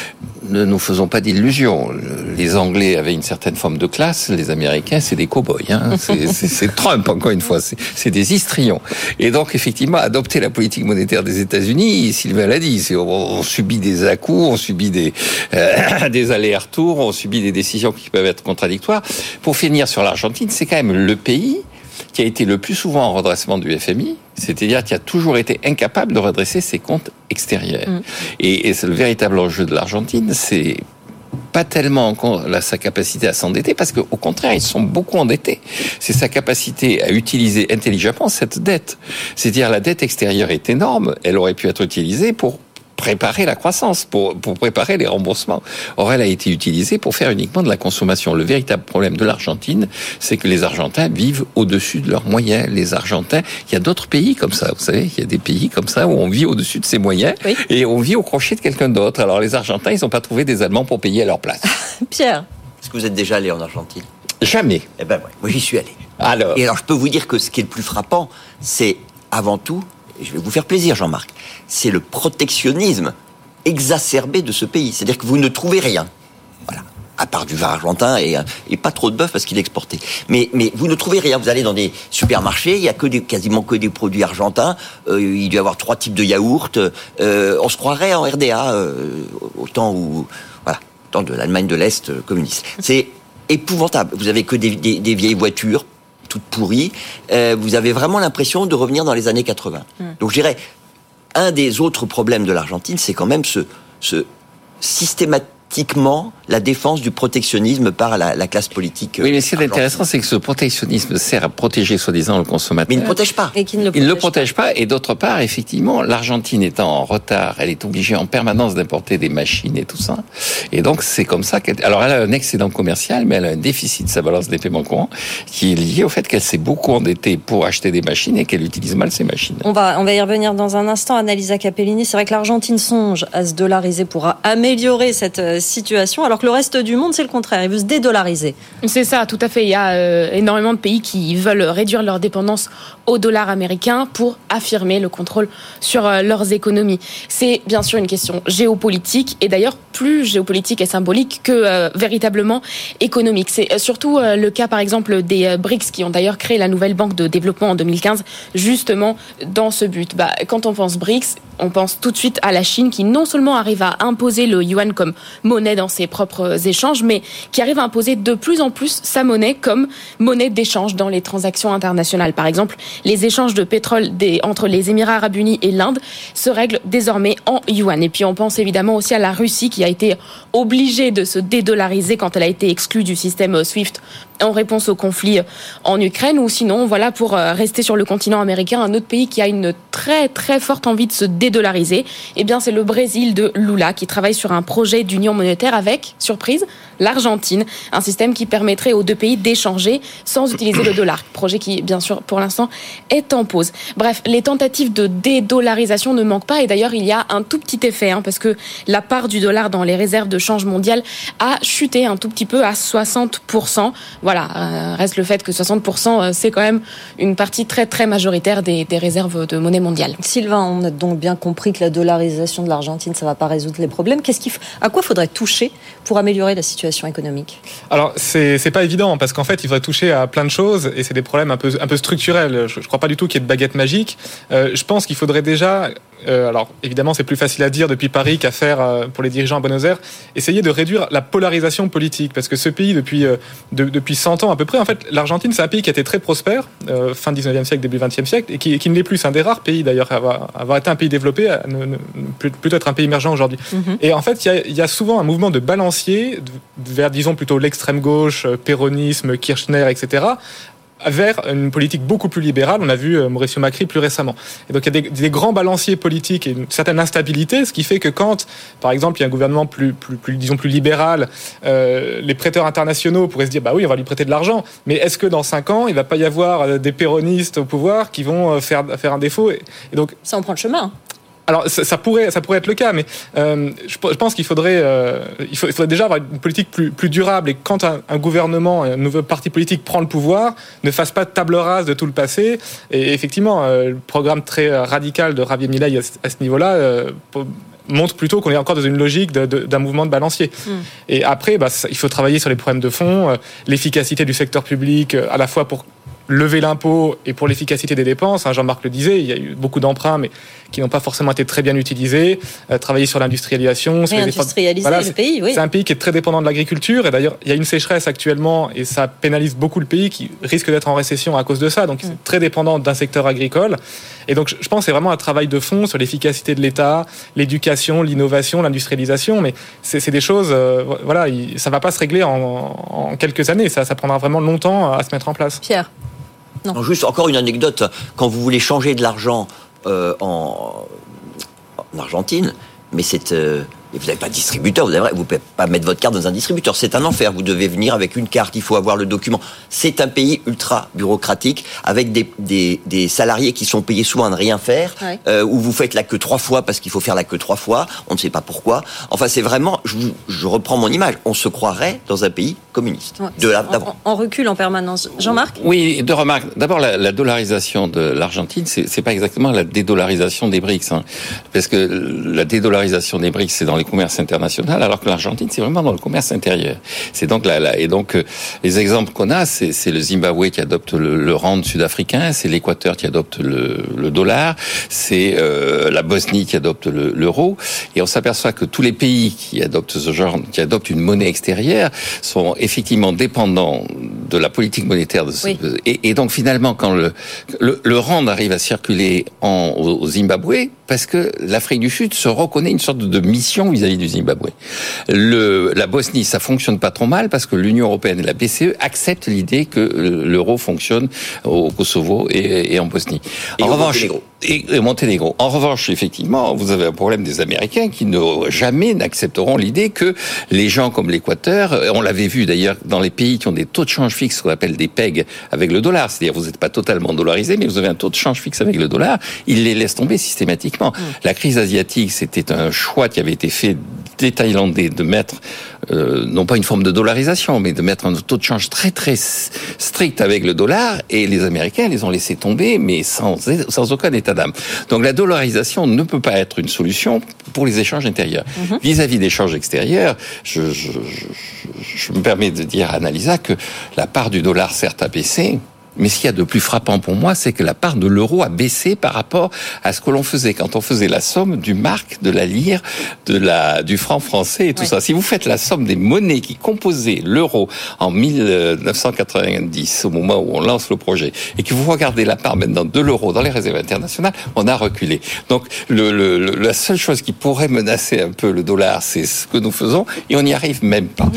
Ne nous faisons pas d'illusions. Les Anglais avaient une certaine forme de classe, les Américains, c'est des cow-boys. Hein. C'est, c'est, c'est Trump, encore une fois, c'est, c'est des histrions. Et donc, effectivement, adopter la politique monétaire des États-Unis, Sylvain l'a dit, c'est, on, on subit des à-coups, on subit des, euh, des allers-retours, on subit des décisions qui peuvent être contradictoires. Pour finir sur l'Argentine, c'est quand même le pays qui a été le plus souvent en redressement du F M I, c'est-à-dire qui a toujours été incapable de redresser ses comptes extérieurs. Mmh. Et, et c'est le véritable enjeu de l'Argentine, c'est pas tellement la, sa capacité à s'endetter, parce qu'au contraire, ils sont beaucoup endettés. C'est sa capacité à utiliser intelligemment cette dette. C'est-à-dire la dette extérieure est énorme, elle aurait pu être utilisée pour préparer la croissance, pour, pour préparer les remboursements. Or, elle a été utilisée pour faire uniquement de la consommation. Le véritable problème de l'Argentine, c'est que les Argentins vivent au-dessus de leurs moyens. Les Argentins, il y a d'autres pays comme ça, vous savez, il y a des pays comme ça où on vit au-dessus de ses moyens oui. et on vit au crochet de quelqu'un d'autre. Alors, les Argentins, ils n'ont pas trouvé des Allemands pour payer à leur place. Pierre. Est-ce que vous êtes déjà allé en Argentine ? Jamais. Eh ben, ouais, moi, j'y suis allé. Alors. Et alors, je peux vous dire que ce qui est le plus frappant, c'est avant tout, je vais vous faire plaisir, Jean-Marc, c'est le protectionnisme exacerbé de ce pays. C'est-à-dire que vous ne trouvez rien. Voilà. À part du vin argentin et, et pas trop de bœuf parce qu'il est exporté. Mais, mais vous ne trouvez rien. Vous allez dans des supermarchés, il y a que des, quasiment que des produits argentins. Euh, il doit y avoir trois types de yaourts. Euh, on se croirait en R D A euh, au temps où, voilà, au temps de l'Allemagne de l'Est euh, communiste. C'est épouvantable. Vous avez que des, des, des vieilles voitures toutes pourries. Euh, vous avez vraiment l'impression de revenir dans les années quatre-vingts. Mmh. Donc, je dirais, un des autres problèmes de l'Argentine, c'est quand même ce, ce systématiquement la défense du protectionnisme par la, la classe politique. Oui, mais ce qui est intéressant, c'est que ce protectionnisme sert à protéger soi-disant le consommateur. Mais il ne protège pas. Et qu'il ne le protège, il ne le protège pas. pas. Et d'autre part, effectivement, l'Argentine étant en retard, elle est obligée en permanence d'importer des machines et tout ça. Et donc, c'est comme ça qu'elle... Alors, elle a un excédent commercial, mais elle a un déficit de sa balance des paiements courants qui est lié au fait qu'elle s'est beaucoup endettée pour acheter des machines et qu'elle utilise mal ces machines. On va, on va y revenir dans un instant. Annalisa Capellini, c'est vrai que l'Argentine songe à se dollariser pour améliorer cette situation, alors que le reste du monde, c'est le contraire, ils veulent se dédollariser. C'est ça, tout à fait. Il y a euh, énormément de pays qui veulent réduire leur dépendance au dollar américain pour affirmer le contrôle sur euh, leurs économies. C'est bien sûr une question géopolitique et d'ailleurs plus géopolitique et symbolique que euh, véritablement économique. C'est surtout euh, le cas par exemple des euh, B R I C S qui ont d'ailleurs créé la nouvelle banque de développement en deux mille quinze justement dans ce but. Bah, quand on pense B R I C S, on pense tout de suite à la Chine qui non seulement arrive à imposer le yuan comme monnaie dans ses propres échanges, mais qui arrive à imposer de plus en plus sa monnaie comme monnaie d'échange dans les transactions internationales. Par exemple, les échanges de pétrole des, entre les Émirats arabes unis et l'Inde se règlent désormais en yuan. Et puis on pense évidemment aussi à la Russie qui a été obligée de se dédollariser quand elle a été exclue du système SWIFT en réponse au conflit en Ukraine, ou sinon, voilà, pour rester sur le continent américain, un autre pays qui a une très très forte envie de se dédollariser, eh bien c'est le Brésil de Lula qui travaille sur un projet d'union monétaire avec, surprise, l'Argentine, un système qui permettrait aux deux pays d'échanger sans utiliser le dollar, projet qui, bien sûr, pour l'instant, est en pause. Bref, les tentatives de dédollarisation ne manquent pas, et d'ailleurs, il y a un tout petit effet, hein, parce que la part du dollar dans les réserves de change mondiales a chuté un tout petit peu à soixante pour cent. Voilà, euh, reste le fait que soixante pour cent, c'est quand même une partie très très majoritaire des, des réserves de monnaie mondiale. Sylvain, on a donc bien compris que la dollarisation de l'Argentine, ça ne va pas résoudre les problèmes. Qu'est-ce qu'il, à quoi faudrait toucher pour améliorer la situation économique ? Alors, c'est, c'est pas évident, parce qu'en fait, il faudrait toucher à plein de choses, et c'est des problèmes un peu, un peu structurels. Je ne crois pas du tout qu'il y ait de baguette magique. Euh, je pense qu'il faudrait déjà... Euh, alors évidemment c'est plus facile à dire depuis Paris qu'à faire euh, pour les dirigeants à Buenos Aires, essayer de réduire la polarisation politique, parce que ce pays depuis, euh, de, depuis cent ans à peu près, en fait l'Argentine c'est un pays qui a été très prospère, euh, fin dix-neuvième siècle, début vingtième siècle, et qui, qui ne l'est plus. C'est un des rares pays d'ailleurs à avoir, à avoir été un pays développé, à ne, ne, plutôt être un pays émergent aujourd'hui. Mm-hmm. Et en fait il y a, il y a souvent un mouvement de balancier vers disons plutôt l'extrême gauche, péronisme, Kirchner, et cetera, vers une politique beaucoup plus libérale. On a vu Mauricio Macri plus récemment. Et donc il y a des, des grands balanciers politiques et une certaine instabilité, ce qui fait que quand, par exemple, il y a un gouvernement plus, plus, plus disons plus libéral, euh, les prêteurs internationaux pourraient se dire bah oui, on va lui prêter de l'argent, mais est-ce que dans cinq ans, il va pas y avoir des péronistes au pouvoir qui vont faire faire un défaut et, et donc ça en prend le chemin. Alors ça, ça pourrait, ça pourrait être le cas, mais euh, je, je pense qu'il faudrait, euh, il, faut, il faudrait déjà avoir une politique plus, plus durable. Et quand un, un gouvernement, un nouveau parti politique prend le pouvoir, ne fasse pas de table rase de tout le passé. Et effectivement, euh, le programme très radical de Javier Milei à, à ce niveau-là euh, montre plutôt qu'on est encore dans une logique de, de, d'un mouvement de balancier. Mmh. Et après, bah, ça, il faut travailler sur les problèmes de fond, euh, l'efficacité du secteur public, euh, à la fois pour lever l'impôt et pour l'efficacité des dépenses. Hein, Jean-Marc le disait, il y a eu beaucoup d'emprunts, mais qui n'ont pas forcément été très bien utilisés. Euh, travailler sur l'industrialisation. Sur Réindustrialiser voilà, le pays, oui. C'est un pays qui est très dépendant de l'agriculture. Et d'ailleurs, il y a une sécheresse actuellement et ça pénalise beaucoup le pays qui risque d'être en récession à cause de ça. Donc, mmh. c'est très dépendant d'un secteur agricole. Et donc, je pense que c'est vraiment un travail de fond sur l'efficacité de l'État, l'éducation, l'innovation, l'industrialisation. Mais c'est, c'est des choses, euh, voilà, il, ça ne va pas se régler en, en quelques années. Ça, ça prendra vraiment longtemps à se mettre en place. Pierre. Non. Non, juste encore une anecdote. Quand vous voulez changer de l'argent euh, en, en Argentine, mais c'est... Euh, vous n'avez pas de distributeur, vous ne pouvez pas mettre votre carte dans un distributeur. C'est un enfer. Vous devez venir avec une carte, il faut avoir le document. C'est un pays ultra bureaucratique, avec des, des, des salariés qui sont payés souvent à ne rien faire, ouais. euh, où vous faites la queue trois fois parce qu'il faut faire la queue trois fois. On ne sait pas pourquoi. Enfin, c'est vraiment... Je, je reprends mon image. On se croirait dans un pays communiste. Ouais, de là d'avant. En, en recul en permanence. Jean-Marc ? Oui, deux remarques. D'abord, la, la dollarisation de l'Argentine, c'est, c'est pas exactement la dédollarisation des BRICS. Hein, parce que la dédollarisation des BRICS, c'est dans les commerce international, alors que l'Argentine, c'est vraiment dans le commerce intérieur. C'est donc là, là. Et donc, euh, les exemples qu'on a, c'est, c'est le Zimbabwe qui adopte le, le rand sud-africain, c'est l'Équateur qui adopte le, le dollar, c'est euh, la Bosnie qui adopte le, l'euro. Et on s'aperçoit que tous les pays qui adoptent ce genre, qui adoptent une monnaie extérieure, sont effectivement dépendants de la politique monétaire. De ce, oui. et, et donc, finalement, quand le, le, le rand arrive à circuler en, au, au Zimbabwe, parce que l'Afrique du Sud se reconnaît une sorte de mission vis-à-vis du Zimbabwe. Le, la Bosnie, ça fonctionne pas trop mal parce que l'Union européenne et la B C E acceptent l'idée que l'euro fonctionne au Kosovo et, et en Bosnie. Et en revanche, Monténégro. Et, et Monténégro. En revanche, effectivement, vous avez un problème des Américains qui ne jamais n'accepteront l'idée que les gens comme l'Équateur, on l'avait vu d'ailleurs dans les pays qui ont des taux de change fixes, qu'on appelle des P E G avec le dollar, c'est-à-dire vous n'êtes pas totalement dollarisé, mais vous avez un taux de change fixe avec le dollar, ils les laissent tomber systématiquement. Mmh. La crise asiatique, c'était un choix qui avait été fait des Thaïlandais de mettre, euh, non pas une forme de dollarisation, mais de mettre un taux de change très très strict avec le dollar, et les Américains les ont laissés tomber, mais sans, sans aucun état d'âme. Donc la dollarisation ne peut pas être une solution pour les échanges intérieurs. Mm-hmm. Vis-à-vis d'échanges extérieurs, je, je, je, je me permets de dire à Annalisa que la part du dollar certes a baissé, mais ce qu'il y a de plus frappant pour moi, c'est que la part de l'euro a baissé par rapport à ce que l'on faisait quand on faisait la somme du mark, de la lire, de la, du franc français et tout ouais. ça. Si vous faites la somme des monnaies qui composaient l'euro en mille neuf cent quatre-vingt-dix, au moment où on lance le projet, et que vous regardez la part maintenant de l'euro dans les réserves internationales, on a reculé. Donc, le, le, le, la seule chose qui pourrait menacer un peu le dollar, c'est ce que nous faisons, et on n'y arrive même pas.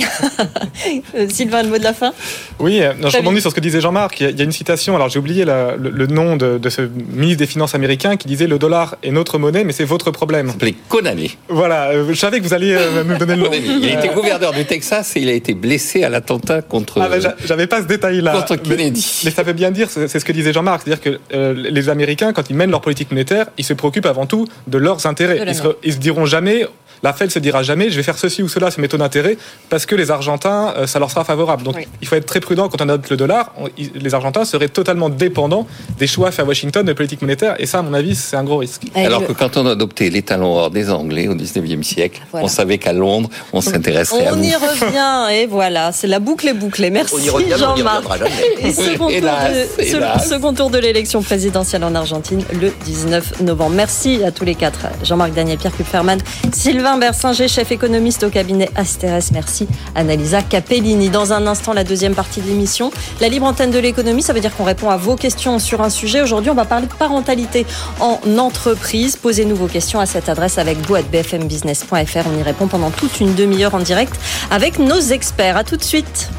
Sylvain, le mot de la fin ? Oui, non, je rebondis sur ce que disait Jean-Marc. Il y a une citation, alors j'ai oublié la, le, le nom de, de ce ministre des Finances américain qui disait « Le dollar est notre monnaie, mais c'est votre problème ». Il s'appelait Konami. Voilà, euh, je savais que vous alliez euh, me donner le nom. Il a été gouverneur du Texas et il a été blessé à l'attentat contre... Ah ben, j'avais pas ce détail-là. Contre Kennedy. Mais, mais ça veut bien dire, c'est, c'est ce que disait Jean-Marc, c'est-à-dire que euh, les Américains, quand ils mènent leur politique monétaire, ils se préoccupent avant tout de leurs intérêts. De ils, se, ils se diront jamais... La Fed se dira jamais, je vais faire ceci ou cela, c'est mes taux d'intérêt, parce que les Argentins, euh, ça leur sera favorable. Donc, oui. il faut être très prudent quand on adopte le dollar. On, il, les Argentins seraient totalement dépendants des choix faits à Washington de politique monétaire, et ça, à mon avis, c'est un gros risque. Et Alors le... que quand on a adopté l'étalon or des Anglais au dix-neuvième siècle, voilà. on savait qu'à Londres, on s'intéresserait on à vous. On y revient, et voilà, c'est la boucle est bouclée. Merci on y revient, Jean-Marc. On et second, hélas, tour de, hélas. second tour de l'élection présidentielle en Argentine le dix-neuf novembre. Merci à tous les quatre. Jean-Marc Daniel, Pierre Kupferman, Sylvain Bersinger, chef économiste au cabinet Asterès. Merci Annalisa Capellini. Dans un instant, la deuxième partie de l'émission, la libre antenne de l'économie, ça veut dire qu'on répond à vos questions sur un sujet. Aujourd'hui, on va parler de parentalité en entreprise. Posez-nous vos questions à cette adresse avec vous à b f m business point f r. On y répond pendant toute une demi-heure en direct avec nos experts. À tout de suite.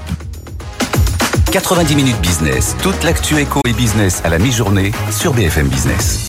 quatre-vingt-dix minutes business, toute l'actu éco et business à la mi-journée sur B F M Business.